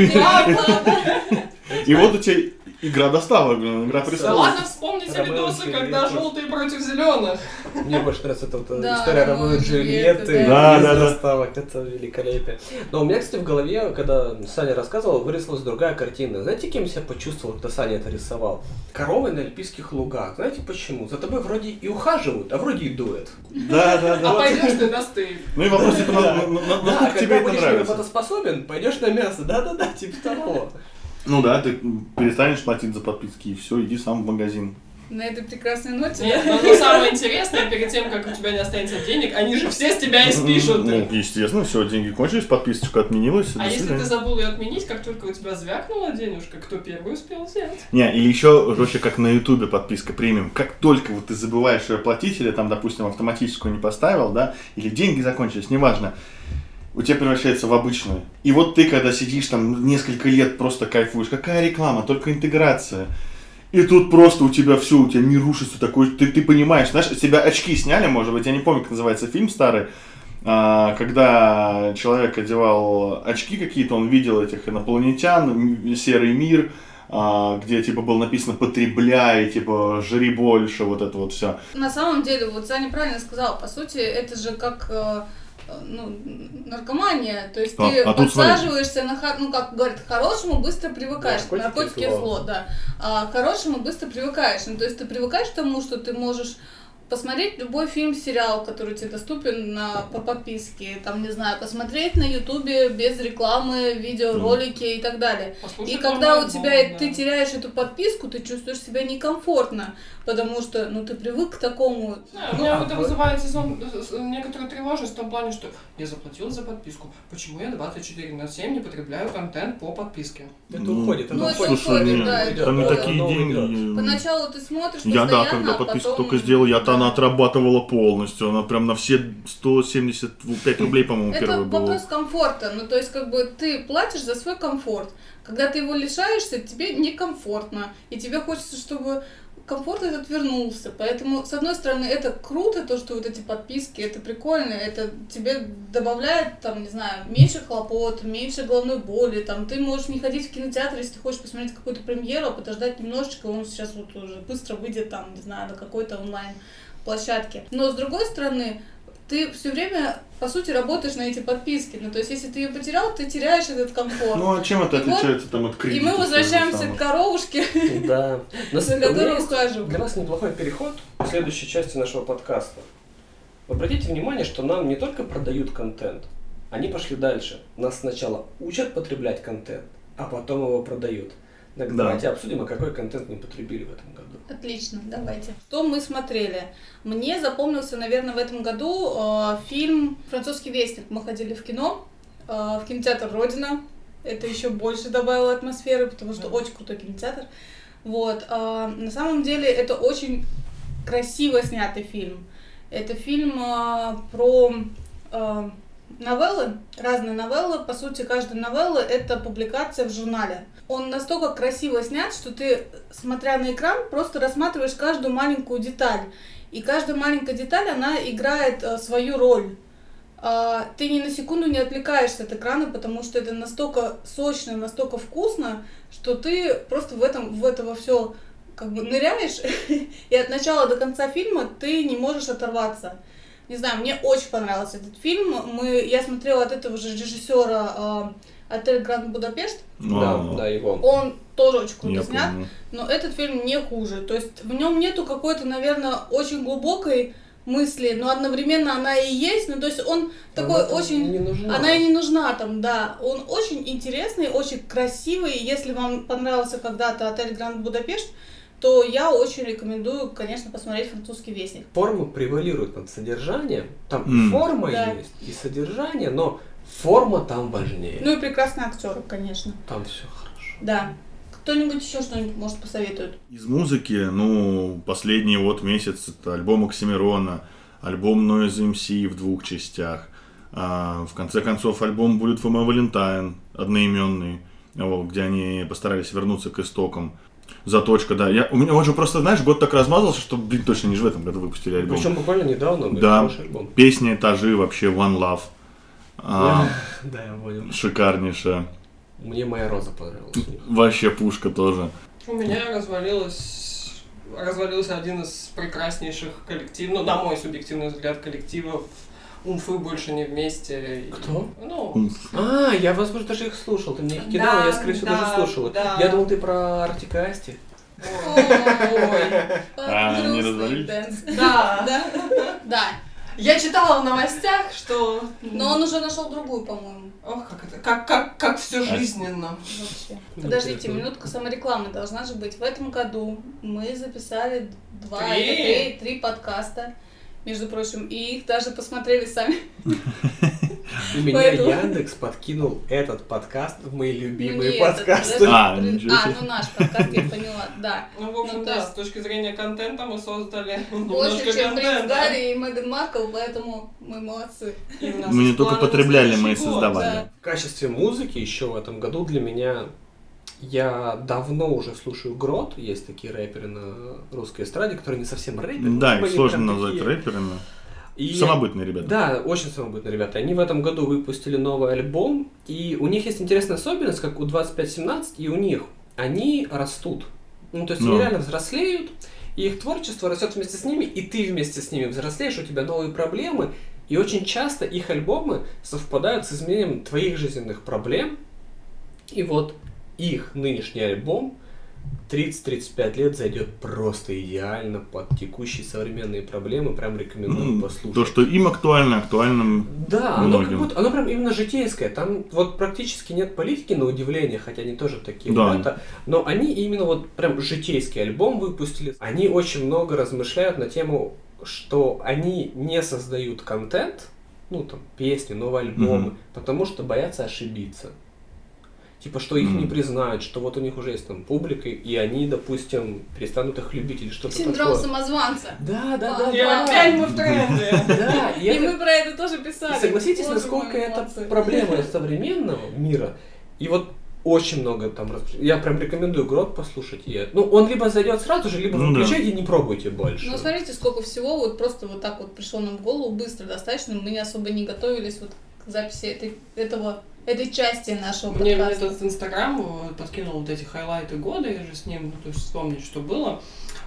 Delivery. И вот у тебя игра доставок, игра Да престолов. ладно, вспомните видосы, когда желтые против зеленых. Мне больше нравится эта вот Да, история Ромео Ромео и и Джульетты, Джульетта, да. из Да, да, да. доставок, это великолепие. Но у меня, кстати, в голове, когда Саня рассказывал, вырисовалась другая картина. Знаете, кем себя почувствовал, когда Саня это рисовал? Коровой на альпийских лугах. Знаете почему? За тобой вроде и ухаживают, а вроде и дуют. Да, да, А да. пойдешь ты на стык. Ну и вопрос, типа, на- на- на- Да, насколько тебе когда это будешь нравится? работоспособен, пойдешь на мясо. Да-да-да, типа того. Ну да, ты перестанешь платить за подписки и все, иди сам в магазин. На этой прекрасной ноте. Нет, но, но самое интересное, перед тем, как у тебя не останется денег, они же все с тебя и спишут. Ну, естественно, все, деньги кончились, подписочка отменилась. А до если свидания. ты забыл ее отменить, как только у тебя звякнула денежка, кто первый успел взять? Не, или еще жестче, как на Ютубе подписка премиум. Как только вот ты забываешь ее платить, или там, допустим, автоматическую не поставил, да, или деньги закончились, неважно, у тебя превращается в обычную. И вот ты, когда сидишь там несколько лет, просто кайфуешь, какая реклама, только интеграция. И тут просто у тебя все, у тебя мир рушится такой, ты, ты понимаешь, знаешь, с тебя очки сняли, может быть, я не помню, как называется фильм старый, а, когда человек одевал очки какие-то, он видел этих инопланетян, серый мир, а, где типа было написано «потребляй», типа «жри больше», вот это вот все. На самом деле, вот Саня правильно сказал, по сути, это же как э, ну, наркомания, то есть А, ты а тут подсаживаешься на, хо- ну, как говорят, к хорошему быстро привыкаешь, Наркотики наркотики зло. зло, да, а к хорошему быстро привыкаешь, ну, то есть ты привыкаешь к тому, что ты можешь посмотреть любой фильм, сериал, который тебе доступен на, по подписке, там, не знаю, посмотреть на ютубе без рекламы, видеоролики и так далее. Послушай И когда у альбом, тебя, да. ты теряешь эту подписку, ты чувствуешь себя некомфортно, потому что, ну, ты привык к такому. Да, у меня Ну, это а вызывает сезон, некоторую тревожность в том плане, что я заплатил за подписку, почему я двадцать четыре на семь не потребляю контент по подписке? Это Ну, уходит, это ну, это уходит. уходит, Слушай, да, нет, это там не уходит. такие Новый идет. деньги. Поначалу ты смотришь Я, постоянно, да, когда а подписку потом... только сделал, я-то Да. она отрабатывала полностью. Она прям на все сто семьдесят пять рублей, по-моему, Это первая была. вопрос комфорта, ну то есть как бы ты платишь за свой комфорт. Когда ты его лишаешься, тебе некомфортно, и тебе хочется, чтобы комфорт этот вернулся. Поэтому, с одной стороны, это круто, то, что вот эти подписки, это прикольно, это тебе добавляет, там, не знаю, меньше хлопот, меньше головной боли, там, ты можешь не ходить в кинотеатр, если ты хочешь посмотреть какую-то премьеру, а подождать немножечко, он сейчас вот уже быстро выйдет, там, не знаю, на какой-то онлайн площадке. Но, с другой стороны, ты все время, по сути, работаешь на эти подписки. Ну, то есть, если ты ее потерял, ты теряешь этот комфорт. Ну, а чем это И отличается вот, там от кредита? И мы возвращаемся к коровушке, Да. за которой ухаживаем. Для нас неплохой переход к следующей части нашего подкаста. Обратите внимание, что нам не только продают контент, они пошли дальше. Нас сначала учат потреблять контент, а потом его продают. Так Да. давайте обсудим, а какой контент мы потребили в этом году. Отлично, давайте. Что мы смотрели? Мне запомнился, наверное, в этом году э, фильм «Французский вестник». Мы ходили в кино, э, в кинотеатр «Родина». Это еще больше добавило атмосферы, потому что очень крутой кинотеатр. Вот. Э, на самом деле это очень красиво снятый фильм. Это фильм э, про э, новеллы, разные новеллы. По сути, каждая новелла — это публикация в журнале. Он настолько красиво снят, что ты, смотря на экран, просто рассматриваешь каждую маленькую деталь. И каждая маленькая деталь, она играет э, свою роль. Э, ты ни на секунду не отвлекаешься от экрана, потому что это настолько сочно, настолько вкусно, что ты просто в этом, в это во все как бы ныряешь, и от начала до конца фильма ты не можешь оторваться. Не знаю, мне очень понравился этот фильм. Мы, я смотрела от этого же режиссера э, «Отель Гранд Будапешт». Да, да, его. Он тоже очень круто Я снят, помню. но этот фильм не хуже. То есть в нем нету какой-то, наверное, очень глубокой мысли, но одновременно она и есть. Ну, то есть он такой Она очень... не нужна. Она и не нужна там, да. Он очень интересный, очень красивый. Если вам понравился когда-то «Отель Гранд Будапешт», то я очень рекомендую, конечно, посмотреть «Французский вестник». Форма превалирует над содержанием. Там Mm. и форма Да. есть, и содержание, но форма там важнее. Ну и прекрасные актеры, конечно. Там все хорошо. Да. Кто-нибудь еще что-нибудь, может, посоветует? Из музыки, ну, последний вот месяц это альбом Оксимирона, альбом Noise эм си в двух частях. А, в конце концов, альбом Bullet for My Valentine, одноименный, вот, где они постарались вернуться к истокам. Заточка, да. Я, у меня он же просто, знаешь, год так размазался, что, блин, точно не же в этом году выпустили альбом. Причем буквально недавно, но Да. хороший альбом. Песня «Этажи» вообще One Love. А, Да, я понял. шикарнейшая. Мне «Моя роза» понравилась. Вообще пушка тоже. У меня развалилось, развалился один из прекраснейших коллективов, ну, на мой субъективный взгляд, коллективов «Умфы больше не вместе». Кто? Ну, Умф. А, я, возможно, даже их слушал. Ты мне их кидал, Да, я, скорее всего, да, даже слушал. да. Я думал, ты про Артик и Асти. ой. А, они Грустный развалились? дэнс. Да. Да? Да. Я читала в новостях, что... Но он уже нашел другую, по-моему. Ох, как это, как, как, как все жизненно. Вообще. Подождите, минутка саморекламы должна же быть. В этом году мы записали два Три? или три, три подкаста, между прочим, и их даже посмотрели сами. И меня Поэтому- Яндекс подкинул этот подкаст в мои любимые Нет, подкасты. это- А, это- ничего а, себе. ну наш подкаст, я поняла, да. Ну, в общем, Ну, то да, есть- с точки зрения контента мы создали Больше, немножко чем принц контента. Гарри и Меган Маркл, поэтому мы молодцы. И у нас Мы не есть только планы на потребляли, мы и следующий год. создавали. Да. В качестве музыки еще в этом году для меня... Я давно уже слушаю Грот. Есть такие рэперы на русской эстраде, которые не совсем рэперы. но Да, типа их они сложно прям назвать такие. рэперами. И- Самобытные ребята. Да, очень самобытные ребята. Они в этом году выпустили новый альбом, и у них есть интересная особенность, как у двадцать пять семнадцать, и у них они растут. Ну, то есть Ну. они реально взрослеют, и их творчество растет вместе с ними, и ты вместе с ними взрослеешь, у тебя новые проблемы, и очень часто их альбомы совпадают с изменением твоих жизненных проблем, и вот их нынешний альбом тридцать-тридцать пять лет зайдет просто идеально под текущие современные проблемы, прям рекомендую Ну, послушать. то, что им актуально, актуальным. Да, оно как многим. будто, оно прям именно житейское. Там вот практически нет политики, на удивление, хотя они тоже такие Да. ребята. Но они именно вот прям житейский альбом выпустили. Они очень много размышляют на тему, что они не создают контент, ну там песни, новые альбомы, Мгм. потому что боятся ошибиться. Типа, что их Мгм. не признают, что вот у них уже есть там публика, и они, допустим, перестанут их любить или что-то Синдром такое. самозванца. Да, да, да, И И да. опять мы в тренде. Да, и И это- мы про это тоже писали. и согласитесь, Боже насколько мой, это молодцы. проблема современного мира. И вот очень много там распрош- Я прям рекомендую Грот послушать. И... Ну, он либо зайдет сразу же, либо Ну вы да. включайте и не пробуйте больше. Ну, смотрите, сколько всего вот просто вот так вот пришло нам в голову быстро, достаточно. Мы не особо не готовились вот к записи этой, этого, этой части нашего Мне подкаста. этот Инстаграм подкинул вот эти хайлайты года, я же с ним, ну, то есть вспомнить, что было.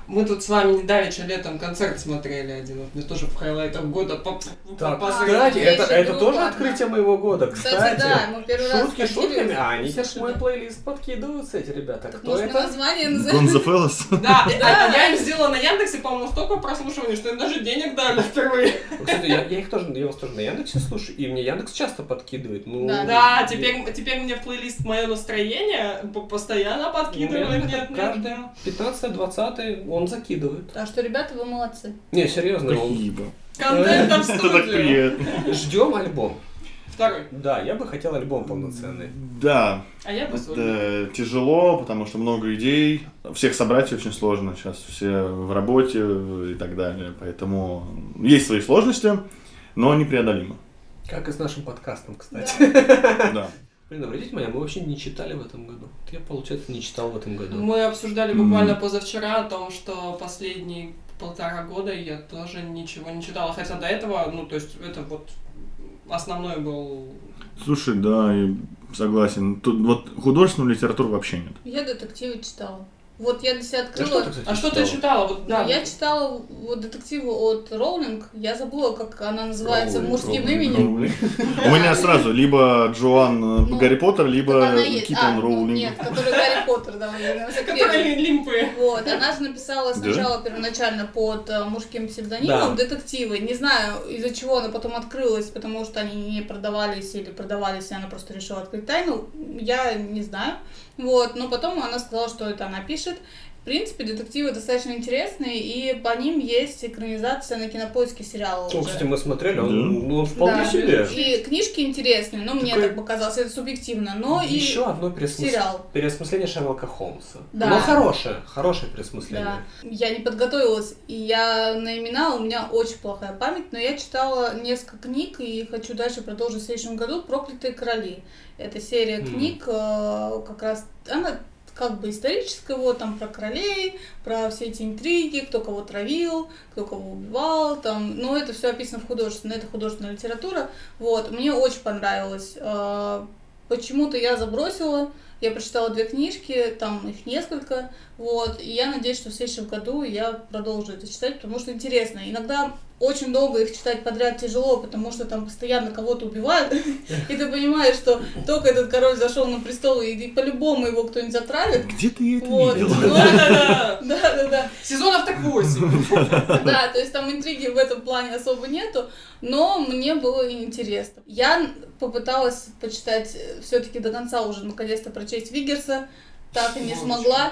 Мы тут с вами давеча летом концерт смотрели один, вот мне тоже в хайлайтах года по Так, по- кстати, это, Вещи это группа, тоже да. открытие моего года. Кстати, Кстати, да, мы первый раз шутки ходили, шутками, а они сейчас слушали. мой плейлист подкидываются, эти ребята. Так Кто может, мы это? название назовем? Гонзо Феллос. Да, а я им сделала на Яндексе, по-моему, столько прослушиваний, что им даже денег дали впервые. Кстати, я, я их тоже, я вас тоже на Яндексе слушаю, и мне Яндекс часто подкидывает. Ну, Да. Да, теперь, теперь мне в плейлист мое настроение п- постоянно подкидывает. Ну, Нет, нет, каждый да. пятнадцатый-двадцатый он закидывает. Так что, ребята, вы молодцы. Не, серьезно, он... Спасибо. Контентом в Это так студию. приятно. Ждем альбом. Второй. Да, я бы хотел альбом полноценный. Да, А я бы свой. это тяжело, потому что много идей. Всех собрать очень сложно. Сейчас все в работе и так далее. Поэтому есть свои сложности, но непреодолимы. Как и с нашим подкастом, кстати. Да. Блин, обратите внимание, мы вообще не читали в этом году. Я, получается, не читал в этом году. Мы обсуждали буквально позавчера о том, что последние полтора года я тоже ничего не читала. Хотя до этого, ну, то есть, это вот основной был... Слушай, да, и согласен. Тут вот художественную литературу вообще нет. Я детективы читала. Вот я для себя Да открыла... ты, кстати, А что ты читала? Вот, да, Ну, я читала вот детективы от Роулинг, я забыла, как она называется Роулинг, мужским Роулинг, именем. Роулинг. У меня сразу либо Джоан Ну, Гарри Поттер, либо Так она есть. Китон А, ну, Роулинг. нет, который Гарри Поттер, да, наверное, которые лимпы. Вот, она же написала Да? сначала первоначально под э, мужским псевдонимом Да. детективы. Не знаю, из-за чего она потом открылась, потому что они не продавались или продавались, и она просто решила открыть тайну. Я не знаю. Вот, но потом она сказала, что это она пишет. В принципе, детективы достаточно интересные, и по ним есть экранизация на Кинопоиске сериала Ну, уже. кстати, мы смотрели, Да. он, он вполне Да. себе. И книжки интересные, но мне Такой- так показалось, это субъективно. Но и Еще одно пересмыс- сериал. переосмысление Шерлока Холмса. Да. Но хорошее, хорошее переосмысление. Да, я не подготовилась, и я на имена, у меня очень плохая память, но я читала несколько книг, и хочу дальше продолжить в следующем году «Проклятые короли». Это серия Мгм. книг, э, как раз, она как бы историческая, вот там про королей, про все эти интриги, кто кого травил, кто кого убивал, там, но это все описано в художественной, это художественная литература, вот, мне очень понравилось. Э, Почему-то я забросила, я прочитала две книжки, там их несколько, вот, и я надеюсь, что в следующем году я продолжу это читать, потому что интересно. Иногда очень долго их читать подряд тяжело, потому что там постоянно кого-то убивают, и ты понимаешь, что только этот король зашел на престол, и по-любому его кто-нибудь затравит. Где-то я это Вот. видел. Ну, Да-да-да. Да, да, да. Сезонов так восемь. Да, то есть там интриги в этом плане особо нету, но мне было интересно. Я попыталась почитать все-таки до конца уже, наконец-то прочесть Виггерса, так и не Божечки. смогла.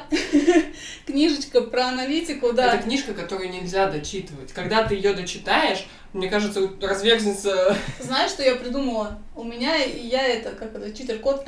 Книжечка про аналитику, да. Это книжка, которую нельзя дочитывать. Когда ты ее дочитаешь, мне кажется, разверзнется... Знаешь, что я придумала? У меня, я это, как это, читер-код,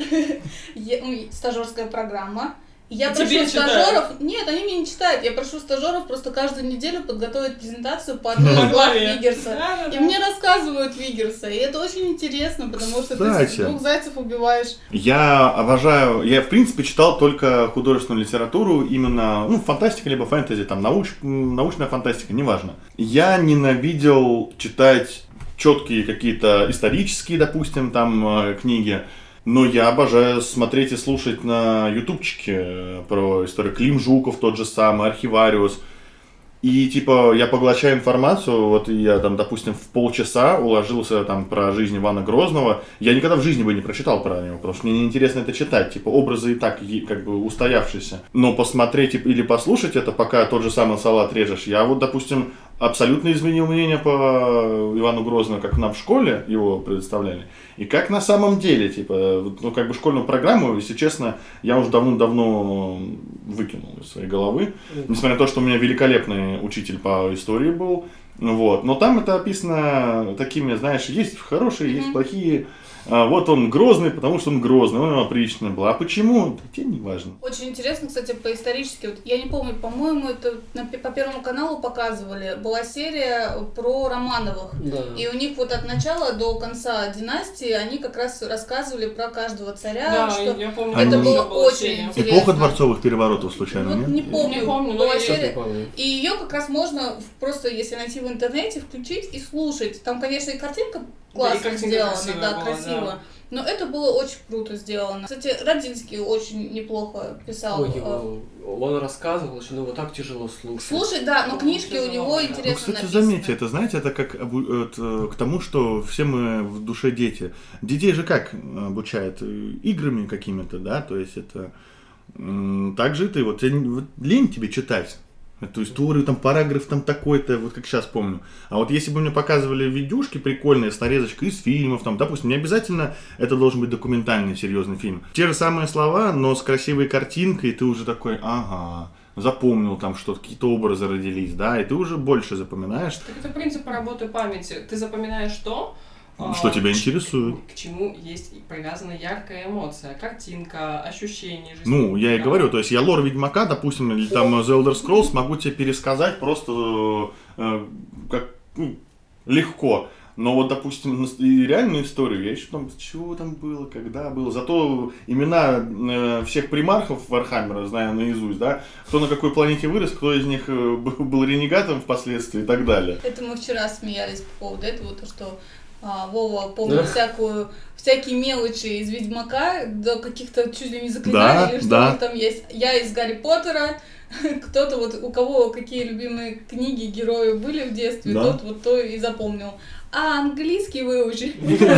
Я- ну, стажерская программа. И Я И прошу тебе стажеров, нет, они мне не читают, я прошу стажеров просто каждую неделю подготовить презентацию по одной из глав Виггерса. Да-да-да. И мне рассказывают Виггерса, и это очень интересно, потому что Кстати. ты двух зайцев убиваешь. Я обожаю, я в принципе читал только художественную литературу, именно, ну, фантастика, либо фэнтези, там, науч, м, научная фантастика, неважно. Я ненавидел читать четкие какие-то исторические, допустим, там, э, книги, но я обожаю смотреть и слушать на ютубчике э, про историю. Клим Жуков тот же самый, Архивариус. И типа я поглощаю информацию, вот я там, допустим, в полчаса уложился там про жизнь Ивана Грозного. Я никогда в жизни бы не прочитал про него, потому что мне неинтересно это читать. Типа образы и так е- как бы устоявшиеся. Но посмотреть и- или послушать это, пока тот же самый салат режешь, я вот, допустим, абсолютно изменил мнение по Ивану Грозному, как нам в школе его представляли. И как на самом деле, типа, вот, ну, как бы школьную программу, если честно, я уже давно-давно выкинул из своей головы. Несмотря на то, что у меня великолепный учитель по истории был. Вот. Но там это описано такими, знаешь, есть хорошие, есть Мгм. плохие. А, вот он грозный, потому что он грозный, он опричный был. А почему? Да тебе не важно. Очень интересно, кстати, по-исторически. Вот я не помню, по-моему, это на пе- по Первому каналу показывали. Была серия про Романовых. Да. И у них вот от начала до конца династии они как раз рассказывали про каждого царя, Да, что я помню. Это что было была очень серия. интересно. Эпоха дворцовых переворотов, случайно, вот нет? не помню, Не помню, но была я Сейчас серия. не помню. И ее как раз можно в- просто, если найти в интернете, включить и слушать. Там, конечно, и картинка классно да, сделано, красивая да, была, красиво. Да. Но это было очень круто сделано. Кстати, Родзинский очень неплохо писал. Ой, его, он рассказывал, что ну вот так тяжело слушать. Слушай, да, но книжки у него интересно Ну, кстати, написаны. заметьте, это, знаете, это как обу- это, к тому, что все мы в душе дети. Детей же как обучают? Играми какими-то, да, то есть это... м, Так же и ты, вот, тебе- вот лень тебе читать эту историю, там, параграф там такой-то, вот как сейчас помню. А вот если бы мне показывали видюшки прикольные с нарезочкой из фильмов, там, допустим, не обязательно это должен быть документальный серьезный фильм. Те же самые слова, но с красивой картинкой, и ты уже такой, ага, запомнил там что-то, какие-то образы родились, да, и ты уже больше запоминаешь. Так это принцип работы памяти. Ты запоминаешь то, Что а, тебя к- интересует. К чему есть привязана яркая эмоция, картинка, ощущение жизни. Ну, я и говорю, то есть я лор Ведьмака, допустим, или там The Elder Scrolls могу тебе пересказать просто э, как ну, легко. Но вот, допустим, нас- и реальную историю, я еще там, чего там было, когда было. Зато имена э, всех примархов Вархаммера знаю наизусть, да. Кто на какой планете вырос, кто из них э, был был ренегатом впоследствии и так далее. Это мы вчера смеялись по поводу этого, то что а, Вова помнит Да. всякую, всякие мелочи из Ведьмака до каких-то чуть ли не Да, заклинаний или что да. у них там есть. Я из Гарри Поттера, кто-то вот, у кого какие любимые книги, герои были в детстве, Да. тот вот то и запомнил. А английский выучи.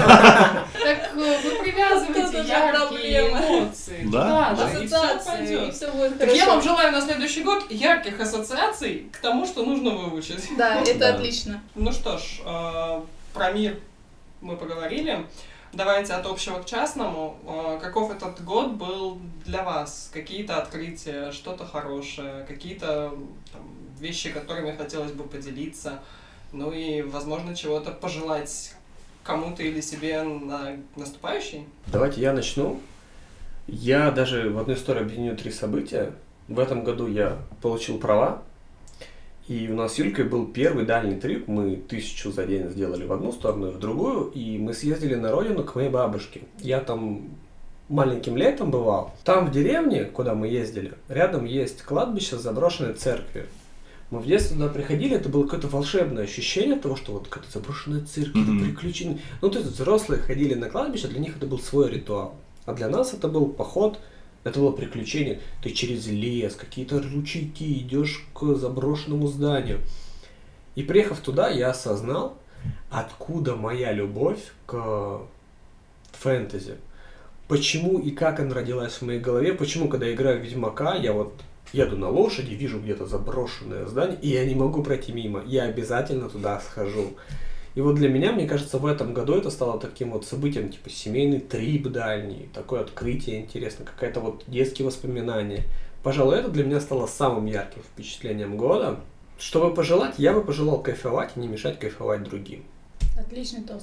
Так э, вы привязываете Тут уже яркие проблема. эмоции. Да, туда да. же, и все Ассоциации, и пойдет. все будет Так я вам хорошо. желаю на следующий год ярких ассоциаций к тому, что нужно выучить. Да, это Да. отлично. Ну что ж, э, про мир мы поговорили. Давайте от общего к частному. Э, Каков этот год был для вас? Какие-то открытия, что-то хорошее, какие-то там, вещи, которыми хотелось бы поделиться? Ну и, возможно, чего-то пожелать кому-то или себе на наступающий? Давайте я начну. Я даже в одной истории объединю три события. В этом году я получил права. И у нас с Юлькой был первый дальний трип. Мы тысячу за день сделали в одну сторону и в другую. И мы съездили на родину к моей бабушке. Я там маленьким летом бывал. Там в деревне, куда мы ездили, рядом есть кладбище с заброшенной церковью. Мы в детстве туда приходили, это было какое-то волшебное ощущение того, что вот какая-то заброшенная церковь, Мгм. это приключение. Ну, то есть взрослые ходили на кладбище, для них это был свой ритуал. А для нас это был поход, это было приключение. Ты через лес, какие-то ручейки, идешь к заброшенному зданию. И приехав туда, я осознал, откуда моя любовь к фэнтези. Почему и как она родилась в моей голове, почему, когда я играю в Ведьмака, я вот еду на лошади, вижу где-то заброшенное здание, и я не могу пройти мимо. Я обязательно туда схожу. И вот для меня, мне кажется, в этом году это стало таким вот событием, типа семейный трип дальний, такое открытие интересное, какое-то вот детские воспоминания. Пожалуй, это для меня стало самым ярким впечатлением года. Чтобы пожелать, я бы пожелал кайфовать и не мешать кайфовать другим. Отличный тост.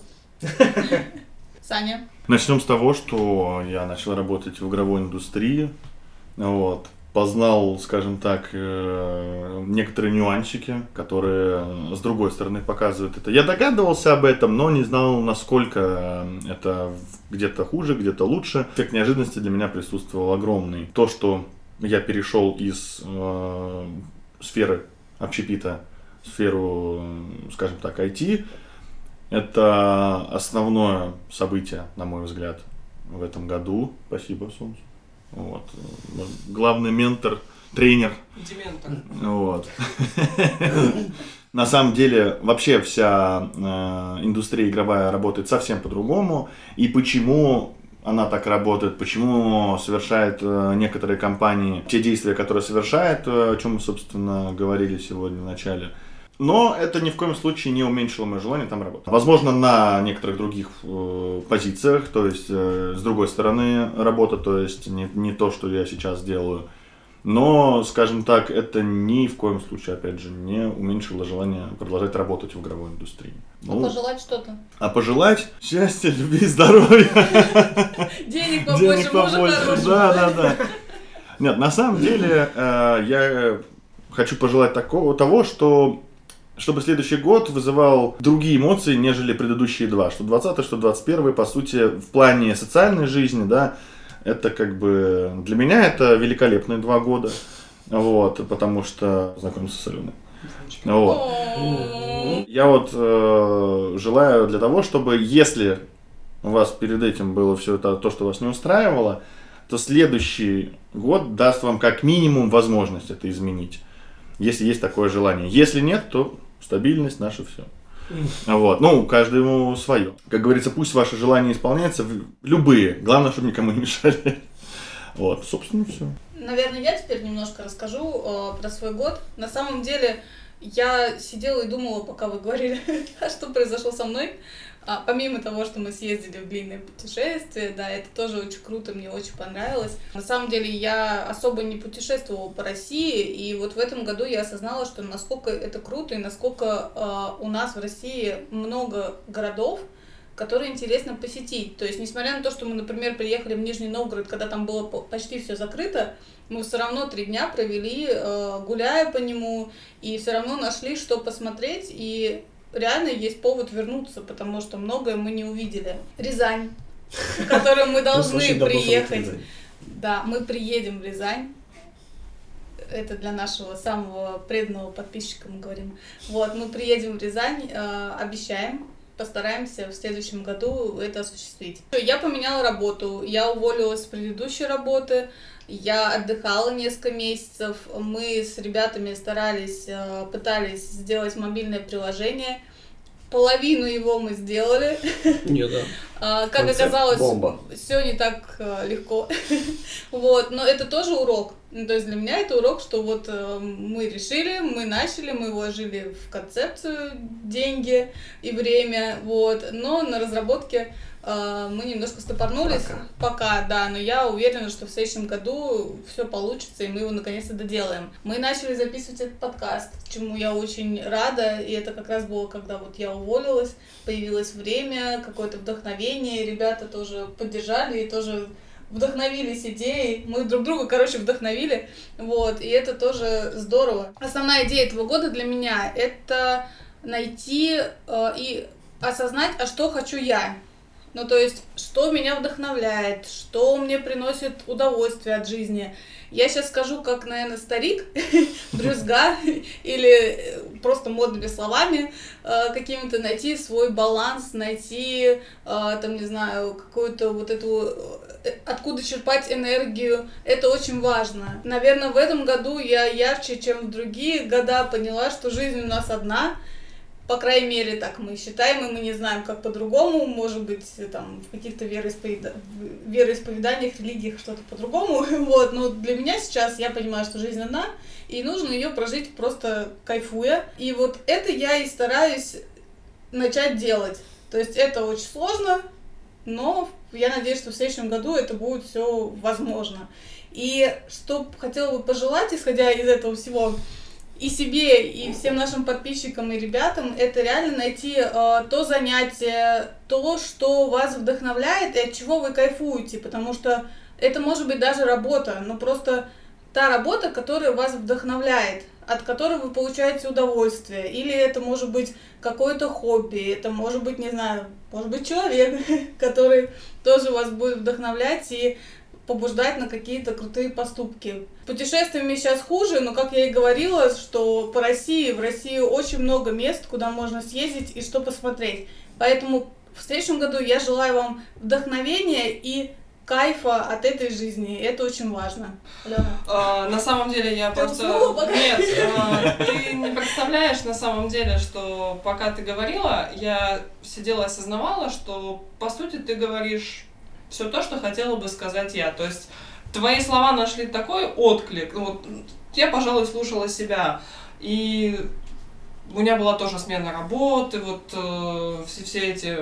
Саня. Начнем с того, что я начал работать в игровой индустрии. Вот. Познал, скажем так, э, некоторые нюансики, которые с другой стороны показывают это. Я догадывался об этом, но не знал, насколько это где-то хуже, где-то лучше. Эффект неожиданности для меня присутствовал огромный. То, что я перешел из э, сферы общепита в сферу, скажем так, ай ти, это основное событие, на мой взгляд, в этом году. Спасибо, Солнцу. Вот. Главный ментор, тренер. Дементор. Вот. На самом деле, вообще вся э, индустрия игровая работает совсем по-другому. И почему она так работает, почему совершает э, некоторые компании те действия, которые совершают, э, о чем мы, собственно, говорили сегодня в начале. Но это ни в коем случае не уменьшило мое желание там работать. Возможно, на некоторых других э, позициях, то есть э, с другой стороны работа, то есть не, не то, что я сейчас делаю. Но, скажем так, это ни в коем случае, опять же, не уменьшило желание продолжать работать в игровой индустрии. Ну, пожелать что-то. А пожелать счастья, любви, здоровья. Денег побольше, мужа хорошего. Да, да, да. Нет, на самом деле, э, я хочу пожелать такого, того, что чтобы следующий год вызывал другие эмоции, нежели предыдущие два. Что двадцатый, что двадцать первый, по сути, в плане социальной жизни, да, это как бы для меня это великолепные два года. Вот, потому что знакомился с Аленой. Вот. Ну... Я вот э, желаю для того, чтобы если у вас перед этим было все это, то, что вас не устраивало, то следующий год даст вам как минимум возможность это изменить, если есть такое желание. Если нет, то стабильность наше все. Вот. Ну, каждому свое. Как говорится, пусть ваши желания исполняются, любые. Главное, чтобы никому не мешали. Вот, собственно, все. Наверное, я теперь немножко расскажу э, про свой год. На самом деле, я сидела и думала, пока вы говорили, что произошло со мной. А, помимо того, что мы съездили в длинное путешествие, да, это тоже очень круто, мне очень понравилось. На самом деле, я особо не путешествовала по России, и вот в этом году я осознала, что насколько это круто и насколько э, у нас в России много городов, которые интересно посетить. То есть, несмотря на то, что мы, например, приехали в Нижний Новгород, когда там было почти все закрыто, мы все равно три дня провели, э, гуляя по нему, и все равно нашли, что посмотреть, и реально есть повод вернуться, потому что многое мы не увидели. Рязань, в которую мы должны приехать. Да, мы приедем в Рязань. Это для нашего самого преданного подписчика мы говорим. Вот, мы приедем в Рязань, э, обещаем. Постараемся в следующем году это осуществить. Я поменяла работу, я уволилась с предыдущей работы, я отдыхала несколько месяцев, мы с ребятами старались, пытались сделать мобильное приложение, половину его мы сделали. Не, да. Как Концепт оказалось, бомба. все не так легко. Вот, но это тоже урок. Ну, то есть для меня это урок, что вот э, мы решили, мы начали, мы вложили в концепцию деньги и время, вот, но на разработке э, мы немножко стопорнулись. Пока. Пока, да, но я уверена, что в следующем году все получится, и мы его наконец-то доделаем. Мы начали записывать этот подкаст, чему я очень рада, и это как раз было, когда вот я уволилась, появилось время, какое-то вдохновение, ребята тоже поддержали и тоже вдохновились идеей, мы друг друга, короче, вдохновили, вот, и это тоже здорово. Основная идея этого года для меня — это найти э, и осознать, а что хочу я. Ну, то есть, что меня вдохновляет, что мне приносит удовольствие от жизни. Я сейчас скажу, как, наверное, старик, брюзга, или просто модными словами э, какими-то найти свой баланс, найти, э, там, не знаю, какую-то вот эту, э, откуда черпать энергию. Это очень важно. Наверное, в этом году я ярче, чем в другие года, поняла, что жизнь у нас одна. По крайней мере, так мы считаем, и мы не знаем, как по-другому. Может быть, там, в каких-то вероисповеда... вероисповеданиях, религиях что-то по-другому. Вот. Но для меня сейчас я понимаю, что жизнь одна, и нужно ее прожить просто кайфуя. И вот это я и стараюсь начать делать. То есть это очень сложно, но я надеюсь, что в следующем году это будет все возможно. И что хотела бы пожелать, исходя из этого всего, и себе, и всем нашим подписчикам и ребятам, это реально найти э, то занятие, то, что вас вдохновляет и от чего вы кайфуете, потому что это может быть даже работа, но просто та работа, которая вас вдохновляет, от которой вы получаете удовольствие, или это может быть какое-то хобби, это может быть, не знаю, может быть человек, который тоже вас будет вдохновлять и побуждать на какие-то крутые поступки. Путешествиями сейчас хуже, но, как я и говорила, что по России, в России очень много мест, куда можно съездить и что посмотреть. Поэтому в следующем году я желаю вам вдохновения и кайфа от этой жизни. Это очень важно. Алена? А, на самом деле я ты просто... Нет, а, ты не представляешь на самом деле, что пока ты говорила, я сидела и осознавала, что по сути ты говоришь все то, что хотела бы сказать я. То есть твои слова нашли такой отклик. Вот, я, пожалуй, слушала себя. И у меня была тоже смена работы, вот э, все, все эти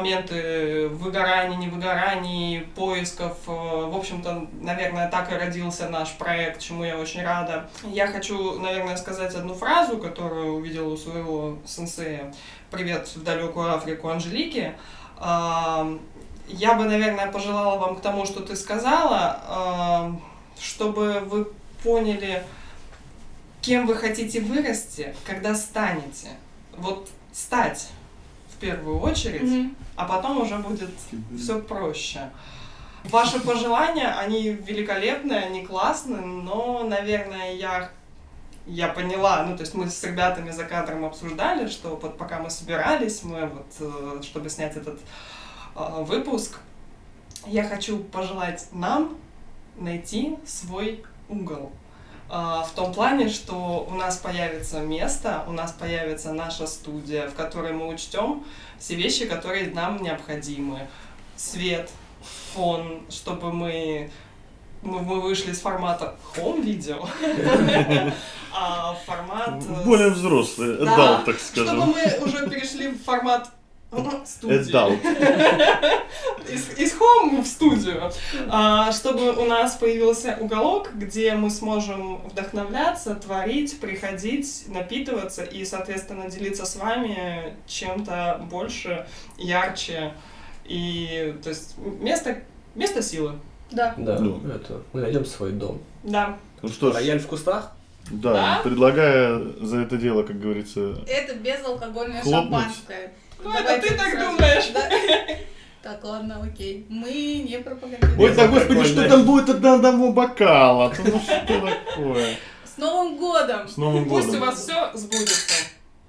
моменты выгорания, невыгораний, поисков. Э, в общем-то, наверное, так и родился наш проект, чему я очень рада. Я хочу, наверное, сказать одну фразу, которую увидела у своего сенсея. Привет в далекую Африку Анжелики. Э, Я бы, наверное, пожелала вам к тому, что ты сказала, чтобы вы поняли, кем вы хотите вырасти, когда станете. Вот стать в первую очередь, mm-hmm. а потом уже будет все проще. Ваши пожелания, они великолепные, они классные, но, наверное, я я поняла, ну, то есть мы с ребятами за кадром обсуждали, что вот пока мы собирались, мы вот, чтобы снять этот э, выпуск, я хочу пожелать нам найти свой угол. Э, в том плане, что у нас появится место, у нас появится наша студия, в которой мы учтем все вещи, которые нам необходимы. Свет, фон, чтобы мы... Мы, мы вышли с формата home-видео, а формат... Более взрослый, adult, так скажем. Чтобы мы уже перешли в формат студии. Adult. Из, из home в студию. А, чтобы у нас появился уголок, где мы сможем вдохновляться, творить, приходить, напитываться и, соответственно, делиться с вами чем-то больше, ярче. И, то есть, место, место силы. Да. Да, Ну. это, мы найдем свой дом. Да. Ну что ж, Рояль в кустах? да, Да? предлагаю за это дело, как говорится, Это безалкогольное Хлопнуть. шампанское. Ну, это Давайте ты так сразу. думаешь. Да. Так, ладно, окей. Мы не пропагандируем. ой, да господи, Прикольно. что там будет от одного бокала? Ну что такое? С Новым годом! С Новым Пусть у годом. вас все сбудется.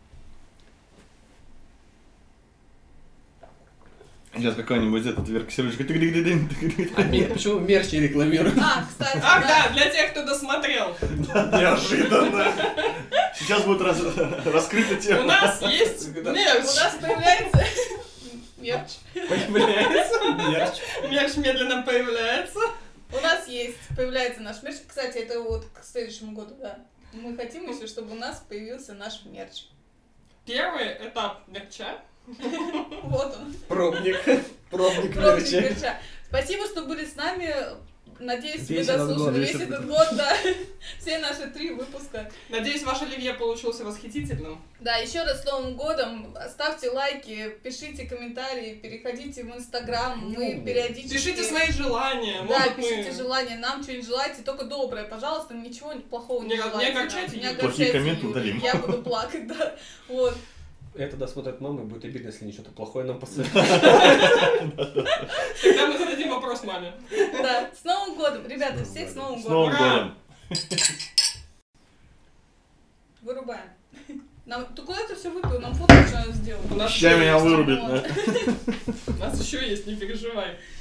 Сейчас какой-нибудь этот Верка Сердючка. А мер- почему мерч не рекламируют? А, кстати, Ах, да. да, для тех, кто досмотрел. Неожиданно. Сейчас будет раз- раскрыта У тема. нас есть У мерч. нас появляется мерч. Появляется мерч. Мерч медленно появляется. У нас есть, появляется наш мерч. Кстати, это вот к следующему году, да. Мы хотим еще, чтобы у нас появился наш мерч. Первый этап мерча. Вот он. Пробник. Пробник Пробник мерча. мерча. Спасибо, что были с нами. Надеюсь, Весь вы этот дослушали год. весь этот год, да. Все наши три выпуска. Надеюсь, ваш оливье получился восхитительным. Да, еще раз с Новым годом. Ставьте лайки, пишите комментарии, переходите в Инстаграм. Мы Ну, периодически... Пишите свои желания. Да, Может, пишите мы- желания, нам что-нибудь желайте, только доброе, пожалуйста, ничего плохого не Не- не желайте. нам. огорчайте Не Юлю. Плохие огорчайте комменты Юлю. удалим. Я буду плакать, да. Вот. Это досмотрит мама, и будет обидно, если они что-то плохое нам посоветуют. Тогда мы зададим вопрос маме. Да, с Новым годом, ребята, всех с Новым С годом. Новым Ура! годом. Вырубаем. Нам, ты куда ты все выпил? Нам фото еще надо сделать. У нас Ща еще меня есть. вырубит. Вот. да. У нас еще есть, не переживай.